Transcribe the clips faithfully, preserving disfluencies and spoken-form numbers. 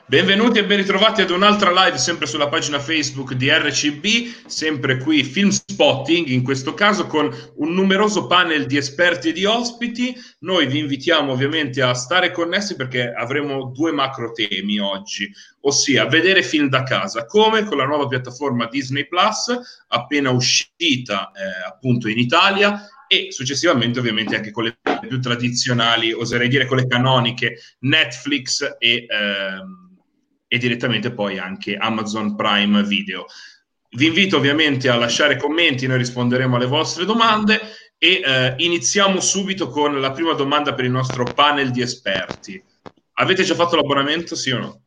Benvenuti e ben ritrovati ad un'altra live sempre sulla pagina Facebook di R C B, sempre qui Film Spotting, in questo caso con un numeroso panel di esperti e di ospiti. Noi vi invitiamo ovviamente a stare connessi perché avremo due macro temi oggi, ossia vedere film da casa, come con la nuova piattaforma Disney Plus, appena uscita eh, appunto in Italia, e successivamente ovviamente anche con le più tradizionali, oserei dire con le canoniche, Netflix e... Ehm, e direttamente poi anche Amazon Prime Video. Vi invito ovviamente a lasciare commenti, noi risponderemo alle vostre domande e eh, iniziamo subito con la prima domanda per il nostro panel di esperti. Avete già fatto l'abbonamento, sì o no?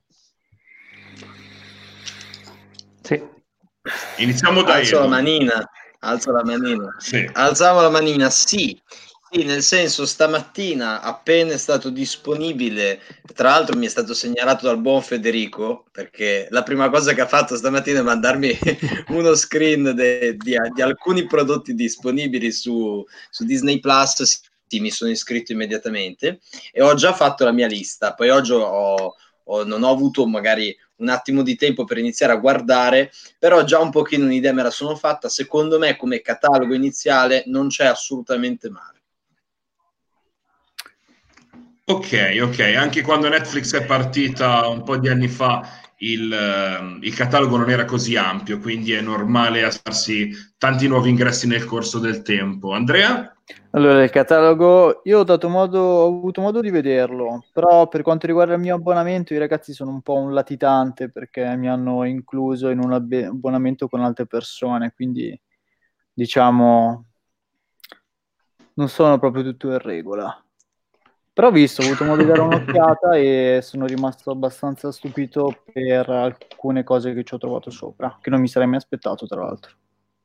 Sì. Iniziamo da Alzo Edo. la manina, alzo la manina. Sì. Alziamo la manina, sì. Sì, nel senso, stamattina appena è stato disponibile, tra l'altro mi è stato segnalato dal buon Federico, perché la prima cosa che ha fatto stamattina è mandarmi uno screen de, di, di alcuni prodotti disponibili su, su Disney Plus. Sì, mi sono iscritto immediatamente e ho già fatto la mia lista. Poi oggi ho, ho, non ho avuto magari un attimo di tempo per iniziare a guardare, però già un pochino un'idea me la sono fatta. Secondo me come catalogo iniziale non c'è assolutamente male. Ok, ok, anche quando Netflix è partita un po' di anni fa il, il catalogo non era così ampio, quindi è normale assarsi tanti nuovi ingressi nel corso del tempo. Andrea? Allora, il catalogo, io ho dato modo, ho avuto modo di vederlo, però per quanto riguarda il mio abbonamento, i ragazzi sono un po' un latitante perché mi hanno incluso in un abbe- abbonamento con altre persone, quindi diciamo non sono proprio tutto in regola. Però ho visto, ho avuto modo di dare un'occhiata e sono rimasto abbastanza stupito per alcune cose che ci ho trovato sopra, che non mi sarei mai aspettato, tra l'altro.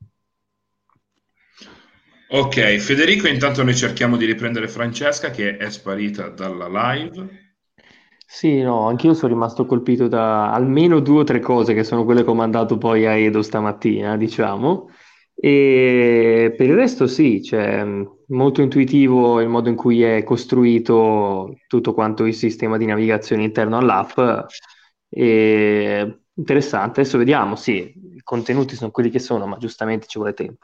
Ok, Federico, intanto noi cerchiamo di riprendere Francesca che è sparita dalla live. Sì, no, anch'io sono rimasto colpito da almeno due o tre cose che sono quelle che ho mandato poi a Edo stamattina, diciamo. E per il resto sì, cioè, mh, molto intuitivo il modo in cui è costruito tutto quanto il sistema di navigazione interno all'app. E interessante, adesso vediamo, sì, i contenuti sono quelli che sono, ma giustamente ci vuole tempo.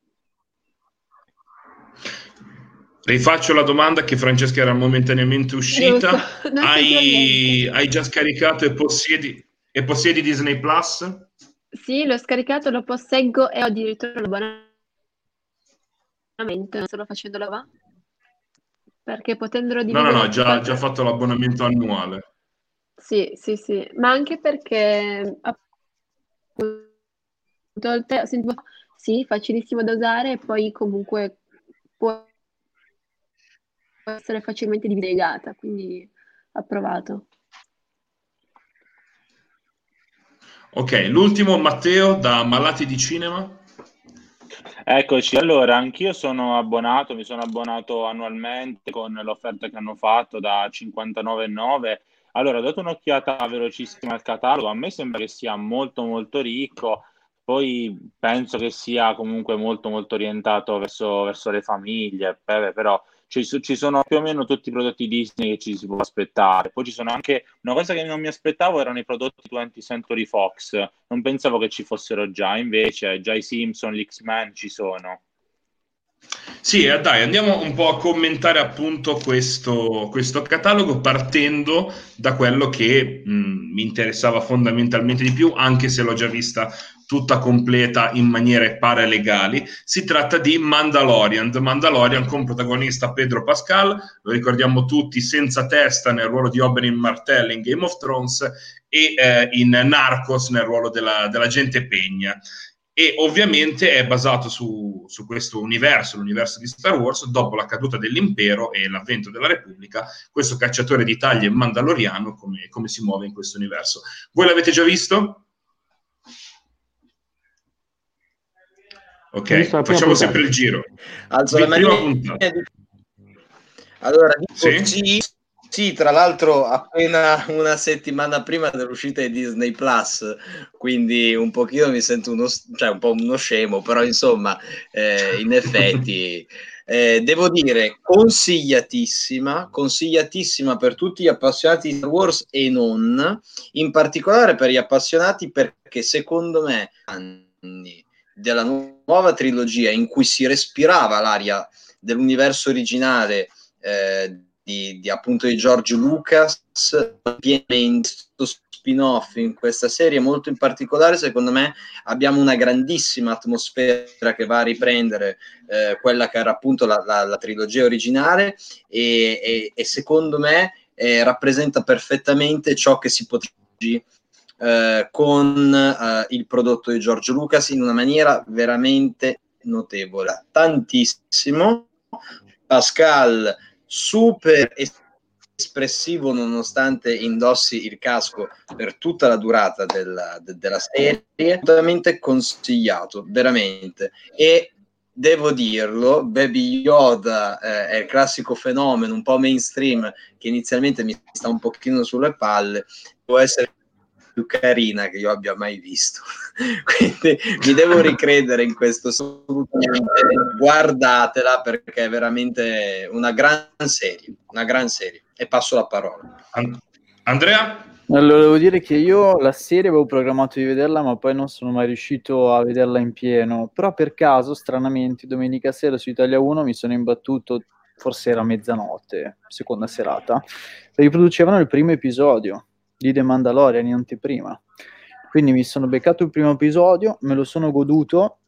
Rifaccio la domanda che Francesca era momentaneamente uscita. Giusto, non sentivo Hai, niente. hai già scaricato e possiedi, e possiedi Disney Plus? Sì, l'ho scaricato, lo posseggo e ho addirittura l'abbonamento, non sto facendo la va, perché potendolo No, no, dividere no, in più già, già quattro... fatto l'abbonamento annuale. Sì, sì, sì, ma anche perché appunto il te- sentivo- sì, facilissimo da usare e poi comunque può essere facilmente dividegata, quindi approvato. Ok, l'ultimo Matteo da Malati di Cinema. Eccoci, allora anch'io sono abbonato, mi sono abbonato annualmente con l'offerta che hanno fatto da cinquantanove virgola nove. Allora, ho dato un'occhiata velocissima al catalogo, a me sembra che sia molto molto ricco, poi penso che sia comunque molto molto orientato verso, verso le famiglie, beh, però ci, so- ci sono più o meno tutti i prodotti Disney che ci si può aspettare. Poi ci sono anche, una cosa che non mi aspettavo erano i prodotti twentieth Century Fox, non pensavo che ci fossero già, invece già i Simpson, gli X-Men ci sono. Sì, eh, dai, andiamo un po' a commentare appunto questo, questo catalogo partendo da quello che mh, mi interessava fondamentalmente di più, anche se l'ho già vista tutta completa in maniere paralegali. Si tratta di Mandalorian, The Mandalorian con protagonista Pedro Pascal, lo ricordiamo tutti, senza testa nel ruolo di Oberyn Martell in Game of Thrones e eh, in Narcos nel ruolo della, dell'agente Pegna. E ovviamente è basato su, su questo universo, l'universo di Star Wars, dopo la caduta dell'impero e l'avvento della Repubblica, questo cacciatore di taglie mandaloriano, come, come si muove in questo universo. Voi l'avete già visto? Ok, facciamo puntata. sempre il giro. Alzo la prima manina. puntata. Allora, dico Sì? sì, sì, tra l'altro appena una settimana prima dell'uscita di Disney Plus, quindi un pochino mi sento uno, cioè un po' uno scemo, però insomma, eh, in effetti Eh, devo dire, consigliatissima, consigliatissima per tutti gli appassionati di Star Wars e non, in particolare per gli appassionati, perché secondo me anni della nuova trilogia in cui si respirava l'aria dell'universo originale eh, di, di appunto di George Lucas, pienamente spin-off in questa serie molto in particolare, secondo me abbiamo una grandissima atmosfera che va a riprendere eh, quella che era appunto la, la, la trilogia originale e, e, e secondo me eh, rappresenta perfettamente ciò che si potrebbe eh, con eh, il prodotto di George Lucas in una maniera veramente notevole, tantissimo. Pascal super espressivo nonostante indossi il casco per tutta la durata della, de, della serie, assolutamente consigliato, veramente. E devo dirlo, Baby Yoda eh, è il classico fenomeno un po' mainstream che inizialmente mi sta un pochino sulle palle, può essere più carina che io abbia mai visto. Quindi mi devo ricredere in questo, assolutamente guardatela perché è veramente una gran serie, una gran serie. E passo la parola. Andrea? Allora, devo dire che io la serie avevo programmato di vederla, ma poi non sono mai riuscito a vederla in pieno. Però per caso, stranamente, domenica sera su Italia uno mi sono imbattuto, forse era mezzanotte, seconda serata, e riproducevano il primo episodio di The Mandalorian in anteprima. Quindi mi sono beccato il primo episodio, me lo sono goduto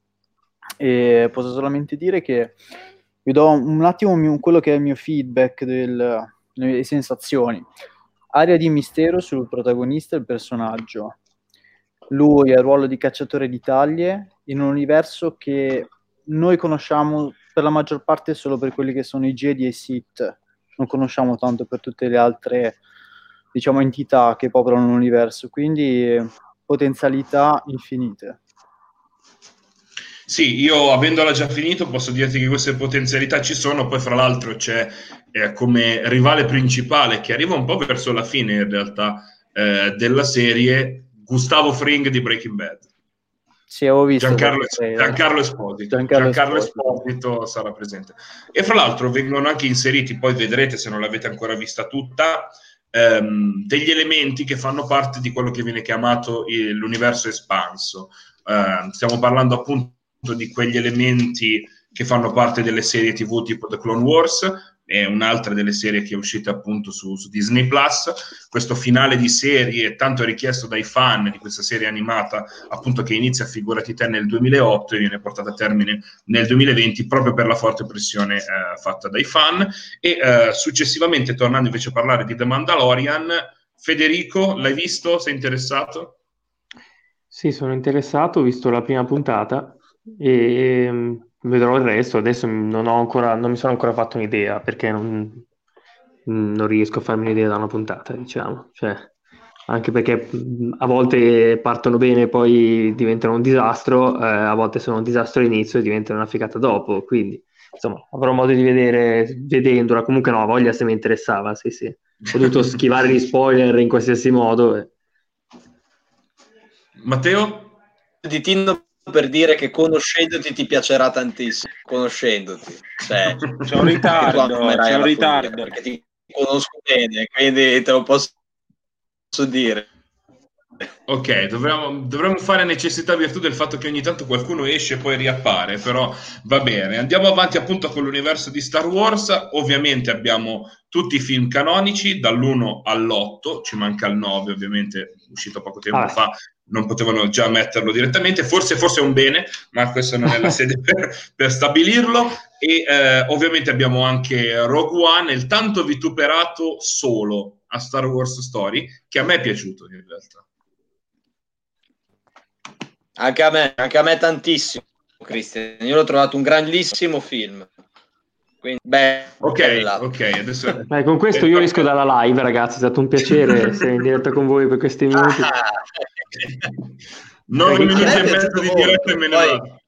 e posso solamente dire che vi do un attimo mio, quello che è il mio feedback, del, le sensazioni. Aria di mistero sul protagonista e il personaggio. Lui ha il ruolo di cacciatore di taglie in un universo che noi conosciamo per la maggior parte solo per quelli che sono i Jedi e i Sith. Non conosciamo tanto per tutte le altre, diciamo, entità che popolano l'universo. Quindi potenzialità infinite. Sì, io avendola già finito posso dirti che queste potenzialità ci sono, poi fra l'altro c'è eh, come rivale principale che arriva un po' verso la fine in realtà eh, della serie, Gustavo Fring di Breaking Bad. Sì, avevo visto Giancarlo, Giancarlo Esposito. Giancarlo, Giancarlo Esposito. Esposito sarà presente. E fra l'altro vengono anche inseriti, poi vedrete se non l'avete ancora vista tutta, ehm, degli elementi che fanno parte di quello che viene chiamato il, l'universo espanso. Eh, stiamo parlando appunto di quegli elementi che fanno parte delle serie tivù tipo The Clone Wars, è un'altra delle serie che è uscita appunto su, su Disney Plus. Questo finale di serie tanto richiesto dai fan di questa serie animata, appunto, che inizia, figurati te, nel duemilaotto e viene portata a termine nel duemilaventi proprio per la forte pressione eh, fatta dai fan. E eh, successivamente, tornando invece a parlare di The Mandalorian, Federico, l'hai visto? Sei interessato? Sì, sono interessato, ho visto la prima puntata e um, vedrò il resto. Adesso non ho ancora, non mi sono ancora fatto un'idea perché non, non riesco a farmi un'idea da una puntata, diciamo. Cioè, anche perché mh, a volte partono bene e poi diventano un disastro, eh, a volte sono un disastro all'inizio e diventano una figata dopo. Quindi, insomma, avrò modo di vedere vedendola. Comunque no, a voglia se mi interessava, sì, sì. Ho dovuto schivare gli spoiler in qualsiasi modo. E... Matteo? Di Tino per dire che conoscendoti ti piacerà tantissimo, conoscendoti. Cioè, c'è un ritardo, c'è un ritardo. Perché ti conosco bene, quindi te lo posso dire. Ok, dovremmo, dovremmo fare necessità virtù del fatto che ogni tanto qualcuno esce e poi riappare, però va bene. Andiamo avanti appunto con l'universo di Star Wars. Ovviamente abbiamo tutti i film canonici, dall'uno all'otto, ci manca il nove, ovviamente, uscito poco tempo ah. fa, non potevano già metterlo direttamente, forse, forse è un bene, ma questa non è la sede per, per stabilirlo. E eh, ovviamente abbiamo anche Rogue One, il tanto vituperato Solo a Star Wars Story, che a me è piaciuto in realtà. Anche a me, anche a me tantissimo, Cristian. Io l'ho trovato un grandissimo film. Quindi, beh, ok, bella. ok. Adesso... Beh, con questo io esco dalla live, ragazzi. È stato un piacere essere in diretta con voi per questi minuti. Ah. nove minuti e mezzo di diretta e me ne poi, vado.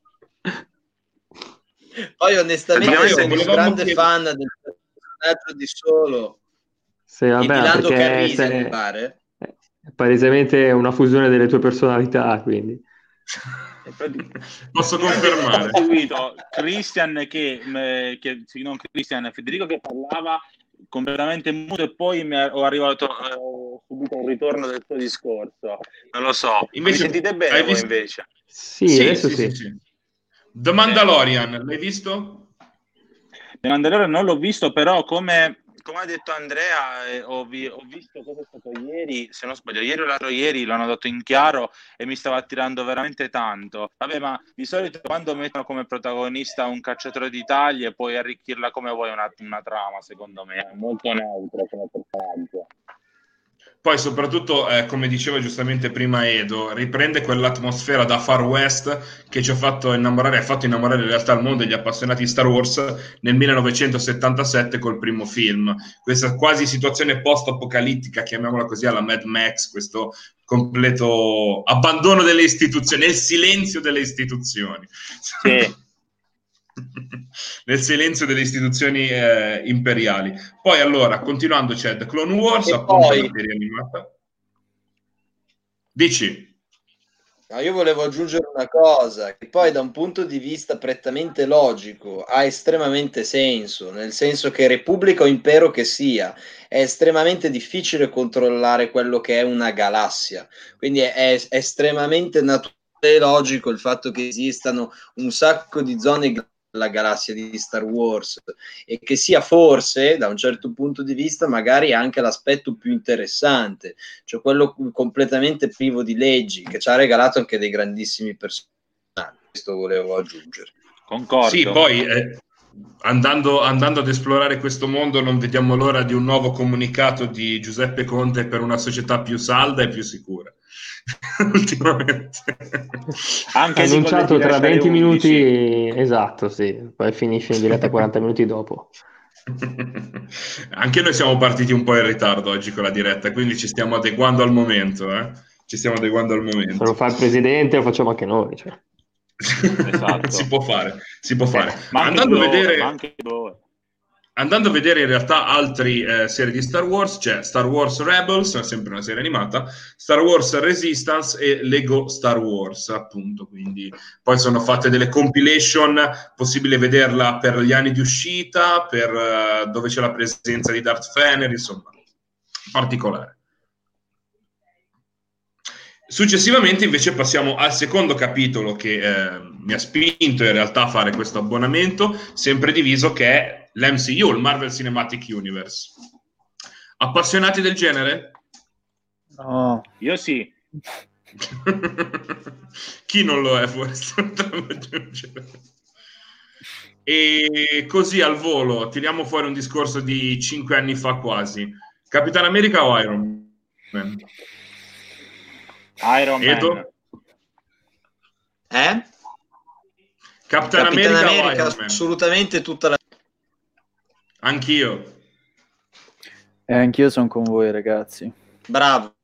Poi onestamente Matteo, sono un grande che... fan del personaggio di Solo sì, vabbè, e di Lando Calrissian, se... mi pare. È palesemente una fusione delle tue personalità, quindi Posso confermare. Ho seguito Christian che, eh, che non Christian, Federico che parlava completamente muto e poi mi ho arrivato eh, ho subito un ritorno del suo discorso. Non lo so. Invece, mi sentite bene voi visto... invece? Sì, sì, adesso sì, sì. sì, sì. The Mandalorian, l'hai visto? The Mandalorian non l'ho visto, però come come ha detto Andrea, eh, ho, vi- ho visto cosa è stato ieri, se non sbaglio, ieri o l'altro ieri l'hanno dato in chiaro e mi stava attirando veramente tanto. Vabbè, ma di solito quando mettono come protagonista un cacciatore di taglie puoi arricchirla come vuoi una, una trama, secondo me, è molto neutro come personaggio. Poi soprattutto, eh, come diceva giustamente prima Edo, riprende quell'atmosfera da Far West che ci ha fatto innamorare, ha fatto innamorare in realtà il mondo degli appassionati di Star Wars nel millenovecentosettantasette col primo film. Questa quasi situazione post-apocalittica, chiamiamola così, alla Mad Max, questo completo abbandono delle istituzioni, nel silenzio delle istituzioni. Sì. Nel silenzio delle istituzioni eh, imperiali. Poi allora, continuando, c'è The Clone Wars, E appunto poi- la serie animata. Dici? No, io volevo aggiungere una cosa, che poi da un punto di vista prettamente logico ha estremamente senso, nel senso che Repubblica o Impero che sia, è estremamente difficile controllare quello che è una galassia, quindi è, è estremamente naturale e logico il fatto che esistano un sacco di zone la galassia di Star Wars e che sia forse da un certo punto di vista magari anche l'aspetto più interessante, cioè quello completamente privo di leggi, che ci ha regalato anche dei grandissimi personaggi. Questo volevo aggiungere. Concordo. Sì, poi eh, andando, andando ad esplorare questo mondo non vediamo l'ora di un nuovo comunicato di Giuseppe Conte per una società più salda e più sicura. Ultimamente. Anche Ha di annunciato colletti tra lasciare venti undici. minuti, esatto, sì, poi finisce in diretta quaranta minuti dopo. Anche noi siamo partiti un po' in ritardo oggi con la diretta, quindi ci stiamo adeguando al momento, eh? Ci stiamo adeguando al Se lo momento. fa il presidente lo facciamo anche noi, cioè. Esatto. Si può fare, si può Sì, fare. ma anche Andando a due ore, vedere ma anche due ore. Andando a vedere in realtà altre eh, serie di Star Wars, c'è Star Wars Rebels, sempre una serie animata, Star Wars Resistance e Lego Star Wars, appunto, quindi poi sono fatte delle compilation, possibile vederla per gli anni di uscita, per eh, dove c'è la presenza di Darth Vader, insomma, particolare. Successivamente invece passiamo al secondo capitolo che eh, mi ha spinto in realtà a fare questo abbonamento, sempre diviso, che è l'M C U, il Marvel Cinematic Universe. Appassionati del genere? No. Io sì. Chi non lo è forse? E così al volo tiriamo fuori un discorso di cinque anni fa quasi. Capitan America o Iron Man? Iron Edo? Man. Eh? Capitan, Capitan America, o America, Iron Man? assolutamente tutta la... Anch'io. E anch'io sono con voi, ragazzi. Bravo.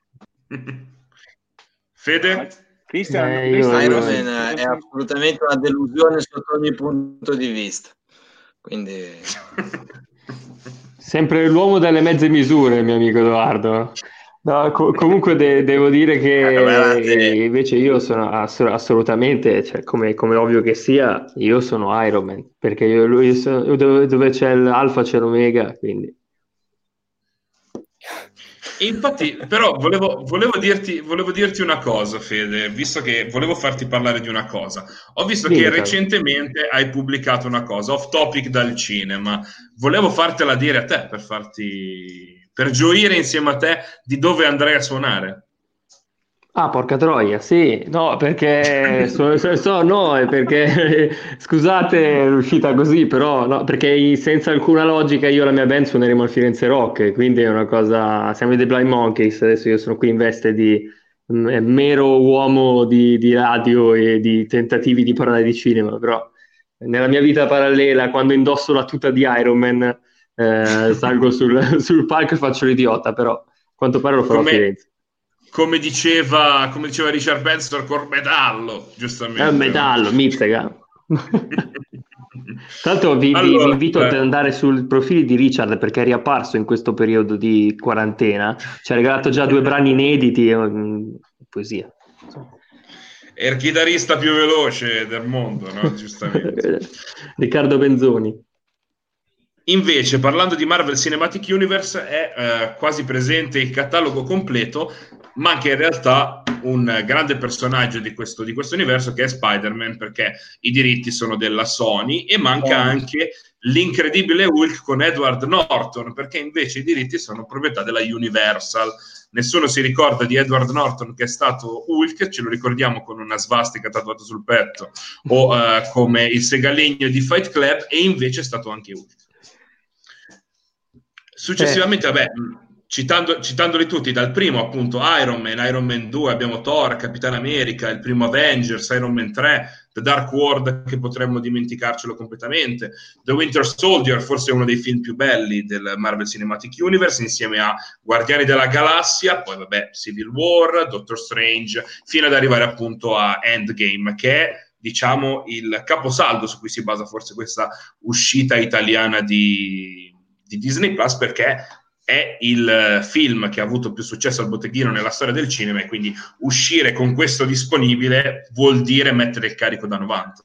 Fede? Christian, Eh, Christian- io- Iron io- Man è assolutamente una delusione sotto ogni punto di vista. Quindi... Sempre l'uomo delle mezze misure, mio amico Edoardo. No, co- comunque de- devo dire che Eh, guardate. invece io sono ass- assolutamente, cioè, come, come ovvio che sia, io sono Iron Man, perché io, lui, sono- io dove, dove c'è l'alfa c'è l'omega, quindi... E infatti, però, volevo, volevo, dirti, volevo dirti una cosa, Fede, visto che volevo farti parlare di una cosa. Ho visto Dimmi, che caro. recentemente hai pubblicato una cosa, off topic dal cinema. Volevo fartela dire a te, per farti, per gioire insieme a te di dove andrai a suonare. Ah, porca troia, sì, no, perché so, so- so- no, è perché scusate, è uscita così, però no, perché senza alcuna logica io e la mia band suoneremo al Firenze Rock, quindi è una cosa, siamo i The Blind Monkeys, adesso io sono qui in veste di mm, mero uomo di, di radio e di tentativi di parlare di cinema, però nella mia vita parallela, quando indosso la tuta di Iron Man, eh, salgo sul, sul palco e faccio l'idiota, però a quanto pare lo farò Come- a Firenze. Come diceva, come diceva Richard Benson, col metallo, giustamente. È un metallo, mizzega. Tra l'altro vi, vi- Allora, vi invito ad eh. andare sul profilo di Richard perché è riapparso in questo periodo di quarantena. Ci ha regalato già due brani inediti e mm, poesia. è il chitarrista più veloce del mondo, no? Giustamente. Riccardo Benzoni. Invece, parlando di Marvel Cinematic Universe, è eh, quasi presente il catalogo completo, ma anche in realtà un grande personaggio di questo, di questo universo, che è Spider-Man, perché i diritti sono della Sony, e manca Oh. anche l'incredibile Hulk con Edward Norton, perché invece i diritti sono proprietà della Universal. Nessuno si ricorda di Edward Norton che è stato Hulk, ce lo ricordiamo con una svastica tatuata sul petto o eh, come il segalegno di Fight Club, e invece è stato anche Hulk. Successivamente, eh. vabbè, citando, citandoli tutti, dal primo appunto Iron Man, Iron Man due, abbiamo Thor, Capitan America, il primo Avengers, Iron Man tre, The Dark World, che potremmo dimenticarcelo completamente, The Winter Soldier, forse uno dei film più belli del Marvel Cinematic Universe, insieme a Guardiani della Galassia, poi vabbè Civil War, Doctor Strange, fino ad arrivare appunto a Endgame, che è, diciamo, il caposaldo su cui si basa forse questa uscita italiana di di Disney Plus, perché è il film che ha avuto più successo al botteghino nella storia del cinema, e quindi uscire con questo disponibile vuol dire mettere il carico da novanta.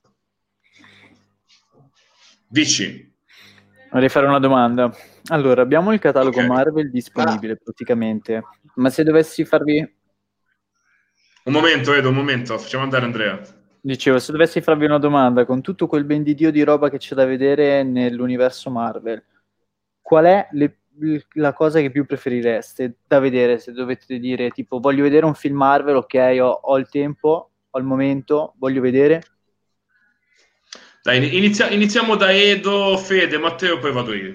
Dici? Vorrei fare una domanda. Allora, abbiamo il catalogo Ok. Marvel disponibile praticamente, ma se dovessi farvi... Un momento, Edo, un momento, facciamo andare Andrea. Dicevo, se dovessi farvi una domanda, con tutto quel ben di Dio di roba che c'è da vedere nell'universo Marvel, qual è le- la cosa che più preferireste da vedere? Se dovete dire, tipo, voglio vedere un film Marvel, ok, ho, ho il tempo, ho il momento, voglio vedere. Dai, inizia- iniziamo da Edo, Fede, Matteo, poi vado io.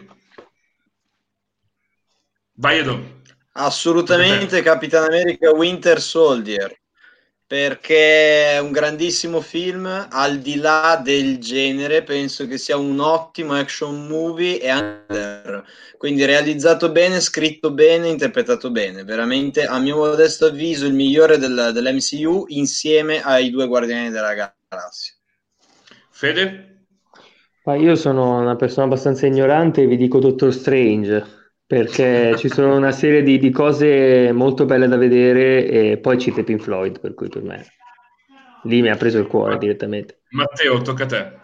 Vai Edo. Assolutamente Capitan America Winter Soldier, perché è un grandissimo film, al di là del genere penso che sia un ottimo action movie, e anche, quindi realizzato bene, scritto bene, interpretato bene, veramente a mio modesto avviso il migliore del, dell'M C U insieme ai due Guardiani della Galassia. Fede? Ma io sono una persona abbastanza ignorante e vi dico Doctor Strange, perché ci sono una serie di, di cose molto belle da vedere, e poi cito Pink Floyd, per cui per me lì mi ha preso il cuore direttamente. Matteo, tocca a te.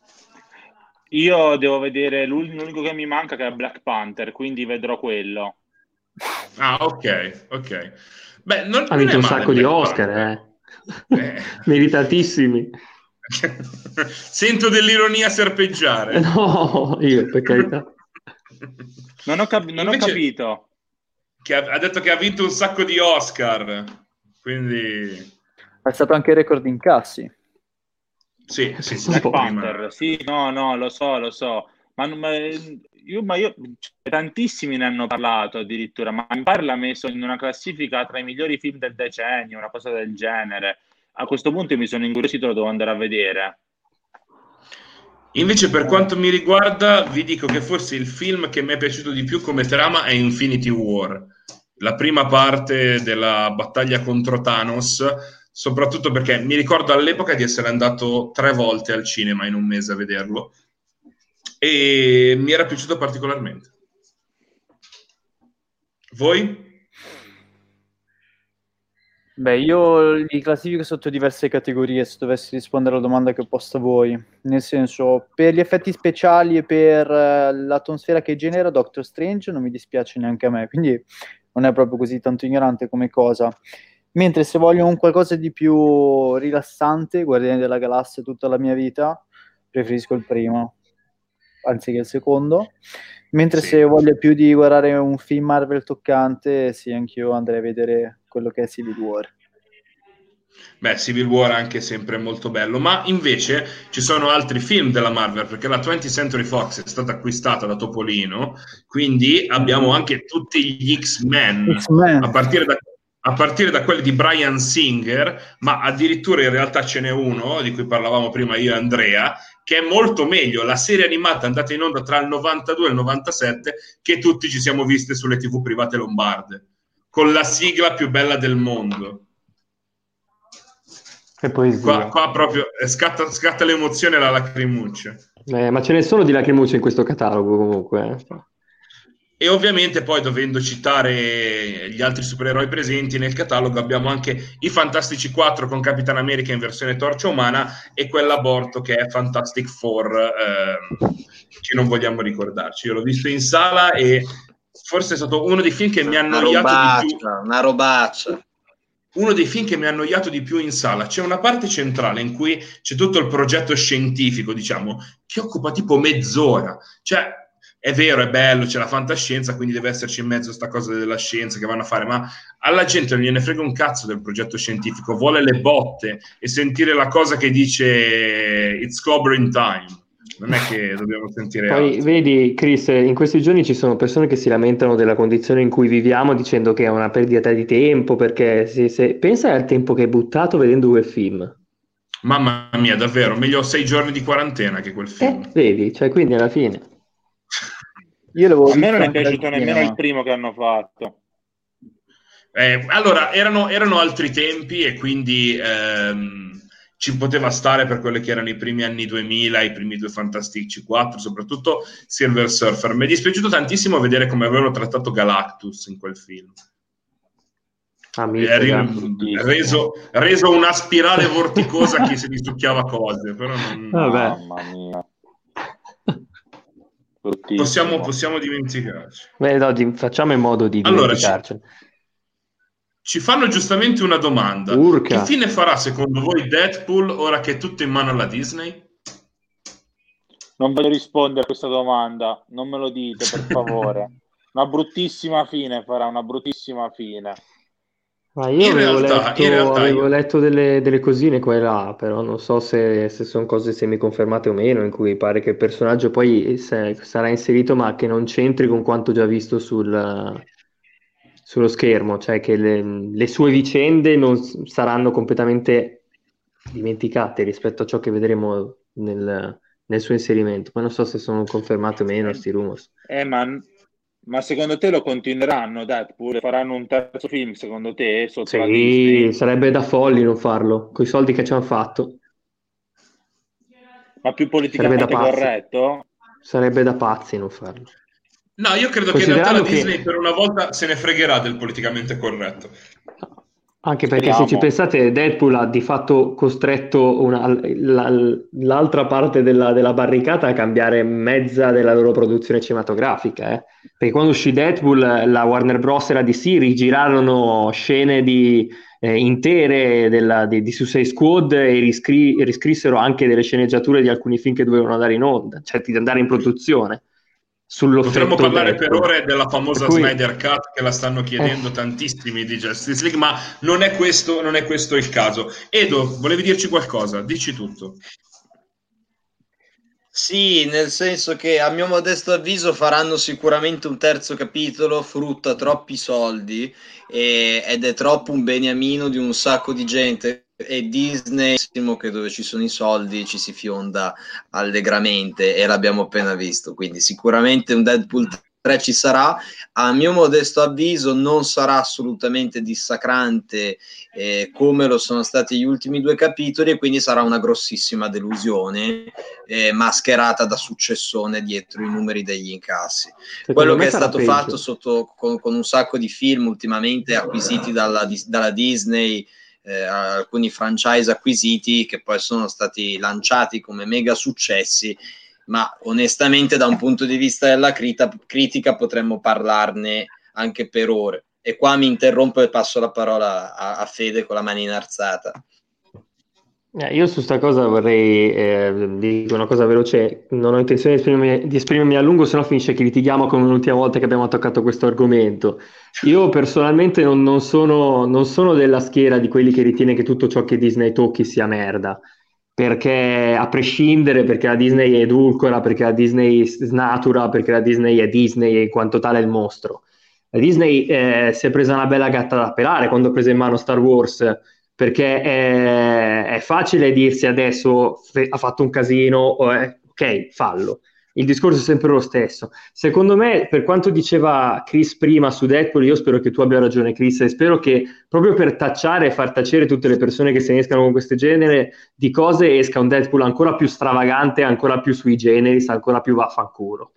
Io devo vedere l'un- l'unico che mi manca, che è Black Panther, quindi vedrò quello. Ah, ok, ok. Beh, non, Ha non vinto è un male sacco di Black Oscar, Panther. eh. Eh. Meritatissimi. Sento dell'ironia serpeggiare. No, io, per carità. Non ho, cap- non ho Invece- capito. Che ha, ha detto che ha vinto un sacco di Oscar, quindi È stato anche record incassi. sì, sì, sì, Black prima. Panther, sì, no, no, lo so, lo so. Ma, non- ma io, ma io cioè, tantissimi ne hanno parlato addirittura, ma mi pare l'ha messo in una classifica tra i migliori film del decennio, una cosa del genere. A questo punto io mi sono incuriosito, lo devo andare a vedere. Invece per quanto mi riguarda vi dico che forse il film che mi è piaciuto di più come trama è Infinity War, la prima parte della battaglia contro Thanos, soprattutto perché mi ricordo all'epoca di essere andato tre volte al cinema in un mese a vederlo, e mi era piaciuto particolarmente. Voi? Beh, io li classifico sotto diverse categorie, se dovessi rispondere alla domanda che ho posto a voi. Nel senso, per gli effetti speciali e per eh, l'atmosfera che genera Doctor Strange non mi dispiace neanche a me, quindi non è proprio così tanto ignorante come cosa. Mentre se voglio un qualcosa di più rilassante, Guardiani della Galassia tutta la mia vita, preferisco il primo, anziché il secondo. Mentre Sì. se voglio più di guardare un film Marvel toccante, sì, anch'io andrei a vedere quello che è Civil War. Beh, Civil War è anche sempre molto bello, ma invece ci sono altri film della Marvel, perché la twentieth Century Fox è stata acquistata da Topolino, quindi abbiamo anche tutti gli X-Men, X-Men. a partire da, a partire da quelli di Bryan Singer, ma addirittura in realtà ce n'è uno, di cui parlavamo prima io e Andrea, che è molto meglio, la serie animata andata in onda tra il novantadue e il novantasette, che tutti ci siamo visti sulle tivù private lombarde, con la sigla più bella del mondo. Che poesia. Qua, qua proprio eh, scatta, scatta l'emozione e la lacrimuccia. Eh, ma ce ne sono di lacrimucce in questo catalogo comunque. eh. E ovviamente poi, dovendo citare gli altri supereroi presenti nel catalogo, abbiamo anche i Fantastici quattro con Capitan America in versione torcia umana e quell'aborto che è Fantastic Four, eh, che non vogliamo ricordarci. Io l'ho visto in sala e forse è stato uno dei film che mi ha Una annoiato robaccia, di più. una robaccia. Uno dei film che mi ha annoiato di più in sala. C'è una parte centrale in cui c'è tutto il progetto scientifico, diciamo, che occupa tipo mezz'ora. Cioè, è vero, è bello, c'è la fantascienza, quindi deve esserci in mezzo sta cosa della scienza che vanno a fare, ma alla gente non gliene frega un cazzo del progetto scientifico, vuole le botte e sentire la cosa che dice It's clobbering time. Non è che dobbiamo sentire Poi altro. vedi, Chris, in questi giorni ci sono persone che si lamentano della condizione in cui viviamo dicendo che è una perdita di tempo, perché se, se... pensa al tempo che hai buttato vedendo quel film. Mamma mia, davvero, meglio sei giorni di quarantena che quel film. Eh, vedi, cioè quindi alla fine. Io l'avevo A me visto non è anche al piaciuto nemmeno cinema. il primo che hanno fatto. Eh, allora, erano, erano altri tempi e quindi ehm, ci poteva stare per quelli che erano i primi anni duemila, i primi due Fantastici quattro, soprattutto Silver Surfer. Mi è dispiaciuto tantissimo vedere come avevano trattato Galactus in quel film. Ah, È mizzica. ri- reso, reso una spirale vorticosa a chi si risucchiava cose, però non... Vabbè. Mamma mia. possiamo, possiamo dimenticarci. Beh, no, di- facciamo in modo di Allora, ci, dimenticarcene. ci fanno giustamente una domanda. Urca. Che fine farà secondo voi Deadpool ora che è tutto in mano alla Disney? Non voglio rispondere a questa domanda, non me lo dite per favore. Una bruttissima fine farà, una bruttissima fine. Ma io In avevo realtà- letto, in realtà avevo io- letto delle, delle cosine qua e là, però non so se, se sono cose semiconfermate o meno, in cui pare che il personaggio poi se- sarà inserito, ma che non c'entri con quanto già visto sul, sullo schermo, cioè che le, le sue vicende non s- saranno completamente dimenticate rispetto a ciò che vedremo nel, nel suo inserimento. Poi non so se sono confermate o meno sti rumors. Eh, ma, ma secondo te lo continueranno Deadpool? Faranno un terzo film secondo te sotto la Sì, Disney? sarebbe da folli non farlo, con i soldi che ci hanno fatto. Ma più Sarebbe politicamente da pazzi. corretto? Sarebbe da pazzi non farlo. No, io credo che in realtà la Considerando che- Disney per una volta se ne fregherà del politicamente corretto. Anche perché Speriamo. se ci pensate, Deadpool ha di fatto costretto una- la- l'altra parte della, della barricata a cambiare mezza della loro produzione cinematografica. eh. Perché quando uscì Deadpool, la Warner Bros. E la D C rigirarono scene di, eh, intere della, di, di Suicide Squad e riscri- riscrissero anche delle sceneggiature di alcuni film che dovevano andare in onda, cioè di andare in produzione. Potremmo Sull'effetto parlare per Deadpool. ore della famosa Per cui- Snyder Cut che la stanno chiedendo Eh. tantissimi di Justice League, ma non è questo, non è questo il caso. Edo, volevi dirci qualcosa? Dici tutto. Sì, nel senso che a mio modesto avviso faranno sicuramente un terzo capitolo, frutta troppi soldi e- ed è troppo un beniamino di un sacco di gente e Disney, che dove ci sono i soldi ci si fionda allegramente e l'abbiamo appena visto, quindi sicuramente un Deadpool tre ci sarà. A mio modesto avviso non sarà assolutamente dissacrante eh, come lo sono stati gli ultimi due capitoli e quindi sarà una grossissima delusione eh, mascherata da successone dietro i numeri degli incassi. Secondo Quello me che è sarà stato peggio. fatto sotto, con, con un sacco di film ultimamente acquisiti dalla, dalla Disney, eh, alcuni franchise acquisiti che poi sono stati lanciati come mega successi, ma onestamente da un punto di vista della crita, critica potremmo parlarne anche per ore. E qua mi interrompo e passo la parola a, a Fede con la manina alzata. Eh, io su sta cosa vorrei eh, dire una cosa veloce, non ho intenzione di esprimermi, di esprimermi a lungo, sennò finisce che litighiamo come l'ultima volta che abbiamo toccato questo argomento. Io personalmente non, non sono, non sono della schiera di quelli che ritiene che tutto ciò che Disney tocchi sia merda, perché a prescindere, perché la Disney è edulcora, perché la Disney snatura, perché la Disney è Disney e in quanto tale è il mostro. La Disney eh, si è presa una bella gatta da pelare quando ha preso in mano Star Wars, perché è, è facile dirsi adesso fe- ha fatto un casino, eh, ok, fallo. Il discorso è sempre lo stesso. Secondo me, per quanto diceva Chris prima su Deadpool, io spero che tu abbia ragione, Chris, e spero che proprio per tacciare e far tacere tutte le persone che se ne escano con questo genere di cose esca un Deadpool ancora più stravagante, ancora più sui generis, ancora più vaffanculo.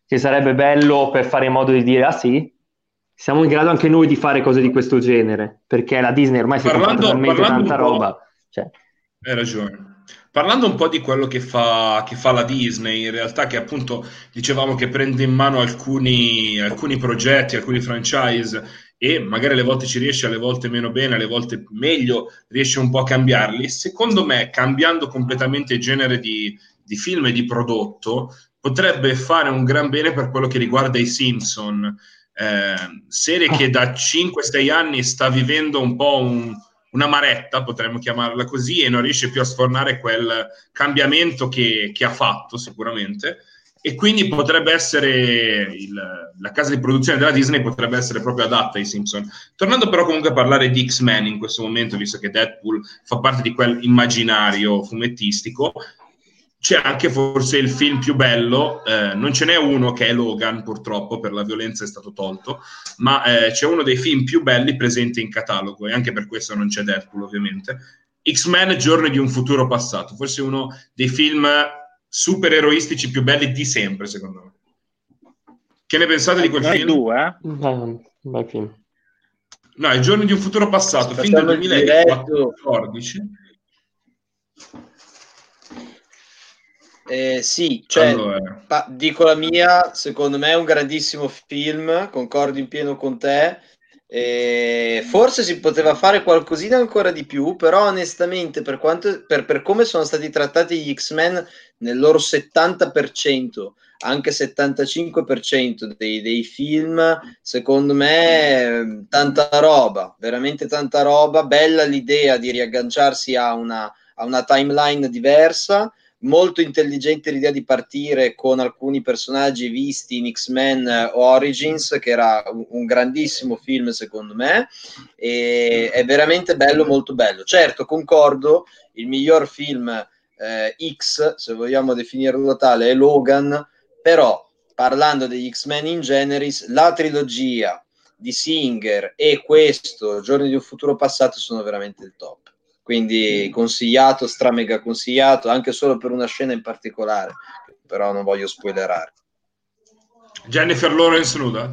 che sarebbe bello per fare in modo di dire, ah sì, siamo in grado anche noi di fare cose di questo genere, perché la Disney ormai si è comprata Parlando, talmente parlando tanta un po', roba. Cioè, hai ragione. Parlando un po' di quello che fa, che fa la Disney, in realtà che appunto dicevamo che prende in mano alcuni, alcuni progetti, alcuni franchise e magari alle volte ci riesce, alle volte meno bene, alle volte meglio, riesce un po' a cambiarli. Secondo me, cambiando completamente il genere di, di film e di prodotto, potrebbe fare un gran bene per quello che riguarda i Simpson, eh, serie che da cinque sei anni sta vivendo un po' un una maretta, potremmo chiamarla così, e non riesce più a sfornare quel cambiamento che, che ha fatto sicuramente, e quindi potrebbe essere il, la casa di produzione della Disney potrebbe essere proprio adatta ai Simpson. Tornando però comunque a parlare di X-Men in questo momento, visto che Deadpool fa parte di quel immaginario fumettistico, c'è anche forse il film più bello, eh, non ce n'è uno che è Logan, purtroppo per la violenza è stato tolto, ma eh, c'è uno dei film più belli presenti in catalogo, e anche per questo non c'è Deadpool ovviamente, X-Men Giorni di un futuro passato, forse uno dei film supereroistici più belli di sempre, secondo me. Che ne pensate di quel Noi film? due, eh? beh, bel film. No, I Giorni di un futuro passato, film del Facciamo il diretto. duemilaquattordici. Eh, sì, cioè, Allora, pa- dico la mia, secondo me è un grandissimo film, concordo in pieno con te. Eh, forse si poteva fare qualcosina ancora di più, però onestamente per, quanto, per, per come sono stati trattati gli X-Men nel loro settanta per cento, anche settantacinque per cento dei, dei film, secondo me eh, tanta roba, veramente tanta roba, bella l'idea di riagganciarsi a una, a una timeline diversa. Molto intelligente l'idea di partire con alcuni personaggi visti in X-Men Origins, che era un, un grandissimo film secondo me, e è veramente bello, molto bello. Certo, concordo, il miglior film eh, X, se vogliamo definirlo tale, è Logan, però parlando degli X-Men in generis, la trilogia di Singer e questo, Giorni di un futuro passato, sono veramente il top. Quindi consigliato, stra mega consigliato, anche solo per una scena in particolare, però non voglio spoilerare. Jennifer Lawrence nuda?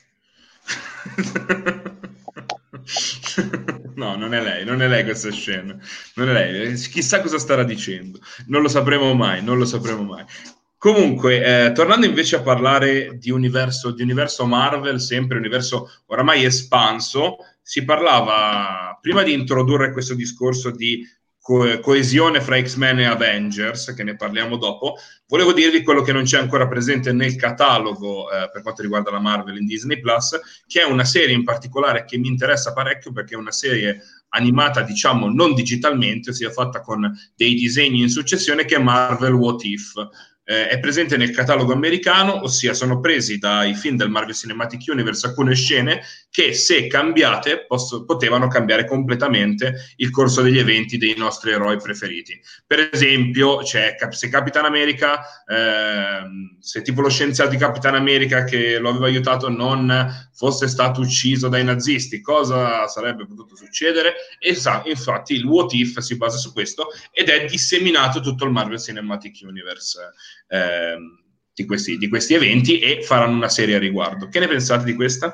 No, non è lei, non è lei questa scena, non è lei, chissà cosa starà dicendo, non lo sapremo mai, non lo sapremo mai. Comunque, eh, tornando invece a parlare di universo, di universo Marvel, sempre universo oramai espanso, si parlava, prima di introdurre questo discorso di co- coesione fra X-Men e Avengers, che ne parliamo dopo, volevo dirvi quello che non c'è ancora presente nel catalogo eh, per quanto riguarda la Marvel in Disney Plus, che è una serie in particolare che mi interessa parecchio perché è una serie animata, diciamo, non digitalmente, ossia fatta con dei disegni in successione, che è Marvel What If. Eh, è presente nel catalogo americano, ossia sono presi dai film del Marvel Cinematic Universe alcune scene che, se cambiate, posso, potevano cambiare completamente il corso degli eventi dei nostri eroi preferiti. Per esempio, c'è, se Capitan America, eh, se tipo lo scienziato di Capitan America che lo aveva aiutato non fosse stato ucciso dai nazisti, cosa sarebbe potuto succedere? E sa, infatti il What If si basa su questo ed è disseminato tutto il Marvel Cinematic Universe eh, di, questi, di questi eventi, e faranno una serie a riguardo. Che ne pensate di questa?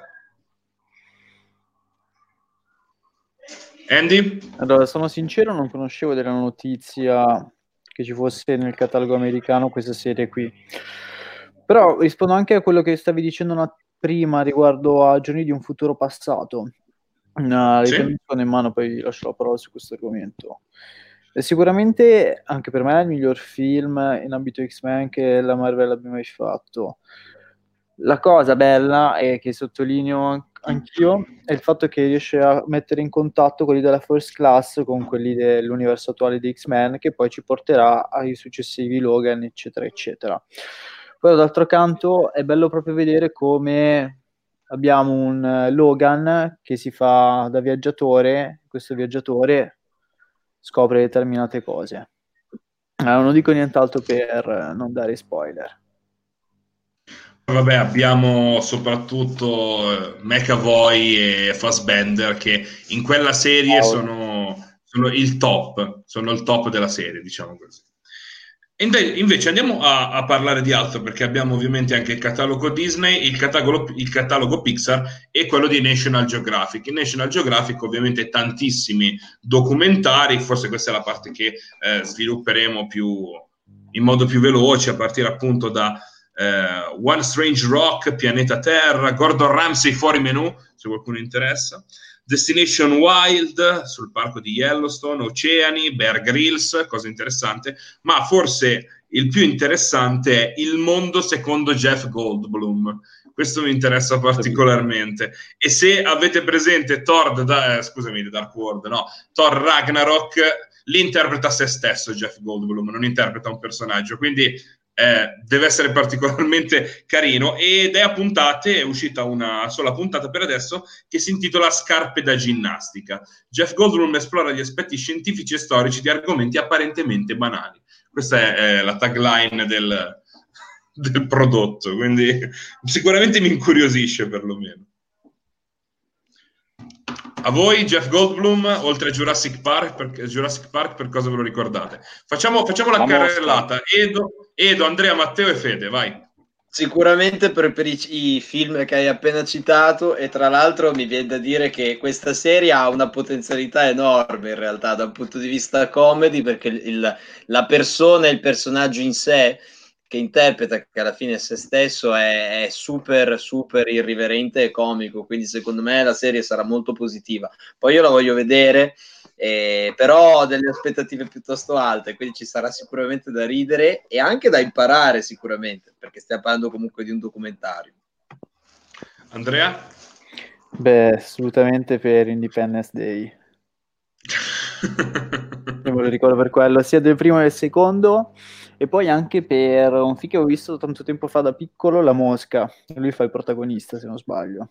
Andy? Allora, sono sincero, non conoscevo della notizia che ci fosse nel catalogo americano questa serie qui. Però rispondo anche a quello che stavi dicendo una, prima riguardo a Giorni di un futuro passato. Una Sì. ritenzione in mano, poi lascio la parola su questo argomento. E sicuramente anche per me è il miglior film in ambito X-Men che la Marvel abbia mai fatto. La cosa bella e che sottolineo anch'io è il fatto che riesce a mettere in contatto quelli della First Class con quelli dell'universo attuale di X-Men, che poi ci porterà ai successivi Logan, eccetera eccetera. Poi d'altro canto è bello proprio vedere come abbiamo un Logan che si fa da viaggiatore, questo viaggiatore scopre determinate cose. Eh, non dico nient'altro per non dare spoiler. Vabbè, abbiamo soprattutto McAvoy e Fassbender che in quella serie sono, sono il top, sono il top della serie, diciamo così. Invece andiamo a, a parlare di altro, perché abbiamo ovviamente anche il catalogo Disney, il catalogo, il catalogo Pixar e quello di National Geographic. In National Geographic ovviamente tantissimi documentari, forse questa è la parte che eh, svilupperemo più, in modo più veloce, a partire appunto da eh, One Strange Rock, Pianeta Terra, Gordon Ramsay fuori menù, se qualcuno interessa, Destination Wild sul parco di Yellowstone, Oceani, Bear Grylls, cosa interessante, ma forse il più interessante è Il mondo secondo Jeff Goldblum. Questo mi interessa particolarmente. E se avete presente Thor, da, eh, scusami, Dark World, no, Thor Ragnarok, lì interpreta se stesso Jeff Goldblum, non interpreta un personaggio, quindi Eh, deve essere particolarmente carino, ed è a puntate, è uscita una sola puntata per adesso, che si intitola Scarpe da ginnastica. Jeff Goldblum esplora gli aspetti scientifici e storici di argomenti apparentemente banali. Questa è, è la tagline del, del prodotto, quindi sicuramente mi incuriosisce perlomeno. A voi Jeff Goldblum, oltre a Jurassic Park, per, Jurassic Park, per cosa ve lo ricordate? Facciamo, facciamo la, la carrellata. Edo, Edo, Andrea, Matteo e Fede, vai. Sicuramente per, per i, i film che hai appena citato, e tra l'altro mi viene da dire che questa serie ha una potenzialità enorme in realtà dal punto di vista comedy, perché il, la persona e il personaggio in sé che interpreta, che alla fine è se stesso, è, è super super irriverente e comico, quindi secondo me la serie sarà molto positiva. Poi io la voglio vedere, eh, però ho delle aspettative piuttosto alte, quindi ci sarà sicuramente da ridere e anche da imparare sicuramente, perché stiamo parlando comunque di un documentario. Andrea? Beh, assolutamente per Independence Day. Io me lo ricordo per quello, sia del primo che del secondo, e poi anche per un film che ho visto tanto tempo fa da piccolo, La Mosca. Lui fa il protagonista, se non sbaglio.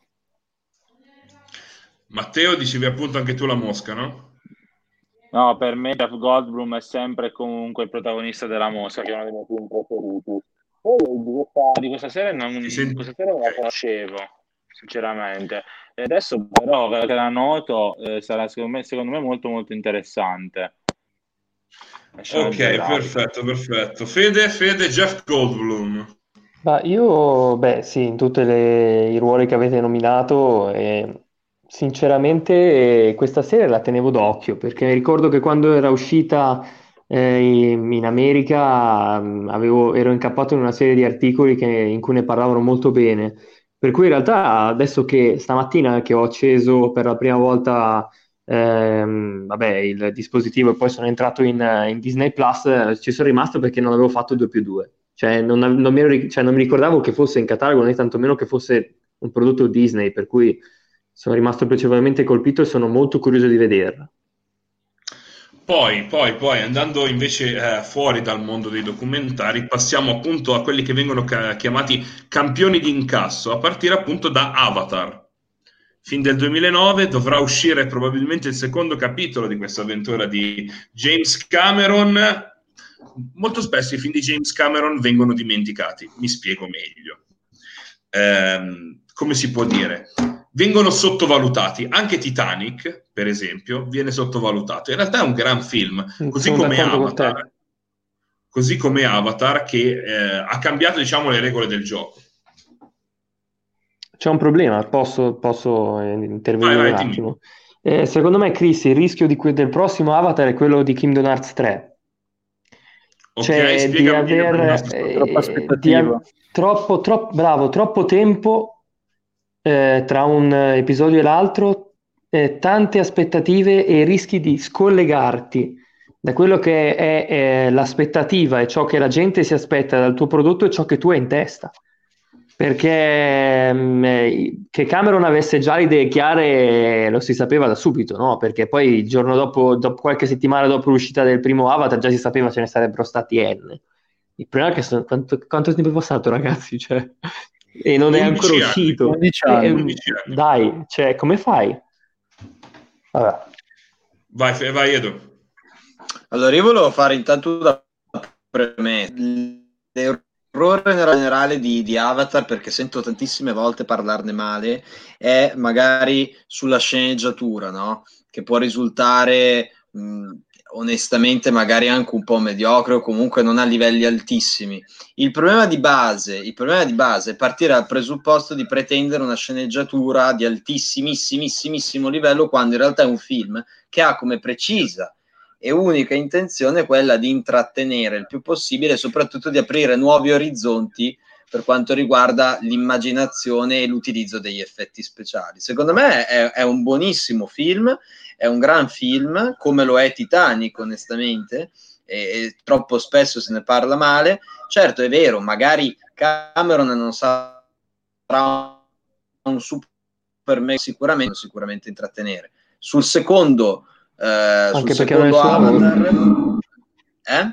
Matteo, dicevi appunto anche tu La Mosca, no? No, per me Jeff Goldblum è sempre comunque il protagonista della Mosca, che è uno dei miei film preferiti. Poi di questa, di questa serie non, senti... questa serie non la conoscevo, sinceramente. E adesso però, che la noto, eh, sarà secondo me, secondo me molto molto interessante. Ok, perfetto, perfetto. Fede, Fede, Jeff Goldblum. Ma io, beh, sì, in tutti i ruoli che avete nominato, eh, sinceramente eh, questa serie la tenevo d'occhio, perché mi ricordo che quando era uscita eh, in, in America mh, avevo- ero incappato in una serie di articoli che- in cui ne parlavano molto bene. Per cui in realtà adesso che stamattina che ho acceso per la prima volta ehm, vabbè, il dispositivo e poi sono entrato in, in Disney Plus, eh, ci sono rimasto perché non avevo fatto due più due. Cioè non, av- non mi ero ric- cioè, non mi ricordavo che fosse in catalogo, né tantomeno che fosse un prodotto Disney, per cui sono rimasto piacevolmente colpito e sono molto curioso di vederla. Poi, poi, poi, andando invece eh, fuori dal mondo dei documentari, passiamo appunto a quelli che vengono ca- chiamati campioni di incasso, a partire appunto da Avatar. Fin del duemilanove dovrà uscire probabilmente il secondo capitolo di questa avventura di James Cameron. Molto spesso i film di James Cameron vengono dimenticati, mi spiego meglio. Ehm, come si può dire? Vengono sottovalutati. Anche Titanic, per esempio, viene sottovalutato. In realtà è un gran film, così Sono come d'accordo con te. Avatar, così come Avatar, che eh, ha cambiato, diciamo, le regole del gioco. C'è un problema, posso, posso eh, intervenire Vai, vai, un dimmi. attimo. Eh, secondo me, Chris, il rischio di que- del prossimo Avatar è quello di Kingdom Hearts tre. Ok, Cioè di spiega meglio per il aver nostro Troppa eh, di aspettativa. av- troppo, troppo, bravo, troppo tempo eh, tra un episodio e l'altro, eh, tante aspettative e rischi di scollegarti da quello che è, è l'aspettativa e ciò che la gente si aspetta dal tuo prodotto e ciò che tu hai in testa. Perché mm, eh, che Cameron avesse già le idee chiare lo si sapeva da subito, no? Perché poi il giorno dopo, dopo qualche settimana dopo l'uscita del primo Avatar, già si sapeva ce ne sarebbero stati N. Il problema è che sono, quanto, quanto tempo è passato, ragazzi? Cioè, e non è ancora undici anni. uscito. undici Eh, anni. ehm, undici anni. dai, cioè, come fai? Vabbè. Vai, Fe- vai, Edo. Allora, io volevo fare intanto da premessa. L'errore generale di, di Avatar, perché sento tantissime volte parlarne male, è magari sulla sceneggiatura, no? Che può risultare mh, onestamente magari anche un po' mediocre o comunque non a livelli altissimi. Il problema di base, il problema di base è partire dal presupposto di pretendere una sceneggiatura di altissimissimissimo livello, quando in realtà è un film che ha come precisa e unica intenzione quella di intrattenere il più possibile e soprattutto di aprire nuovi orizzonti per quanto riguarda l'immaginazione e l'utilizzo degli effetti speciali. Secondo me è, è un buonissimo film, è un gran film, come lo è Titanic, onestamente, e, e troppo spesso se ne parla male. Certo, è vero, magari Cameron non sarà un super me sicuramente, sicuramente intrattenere. Sul secondo, eh, sul secondo Avatar, eh?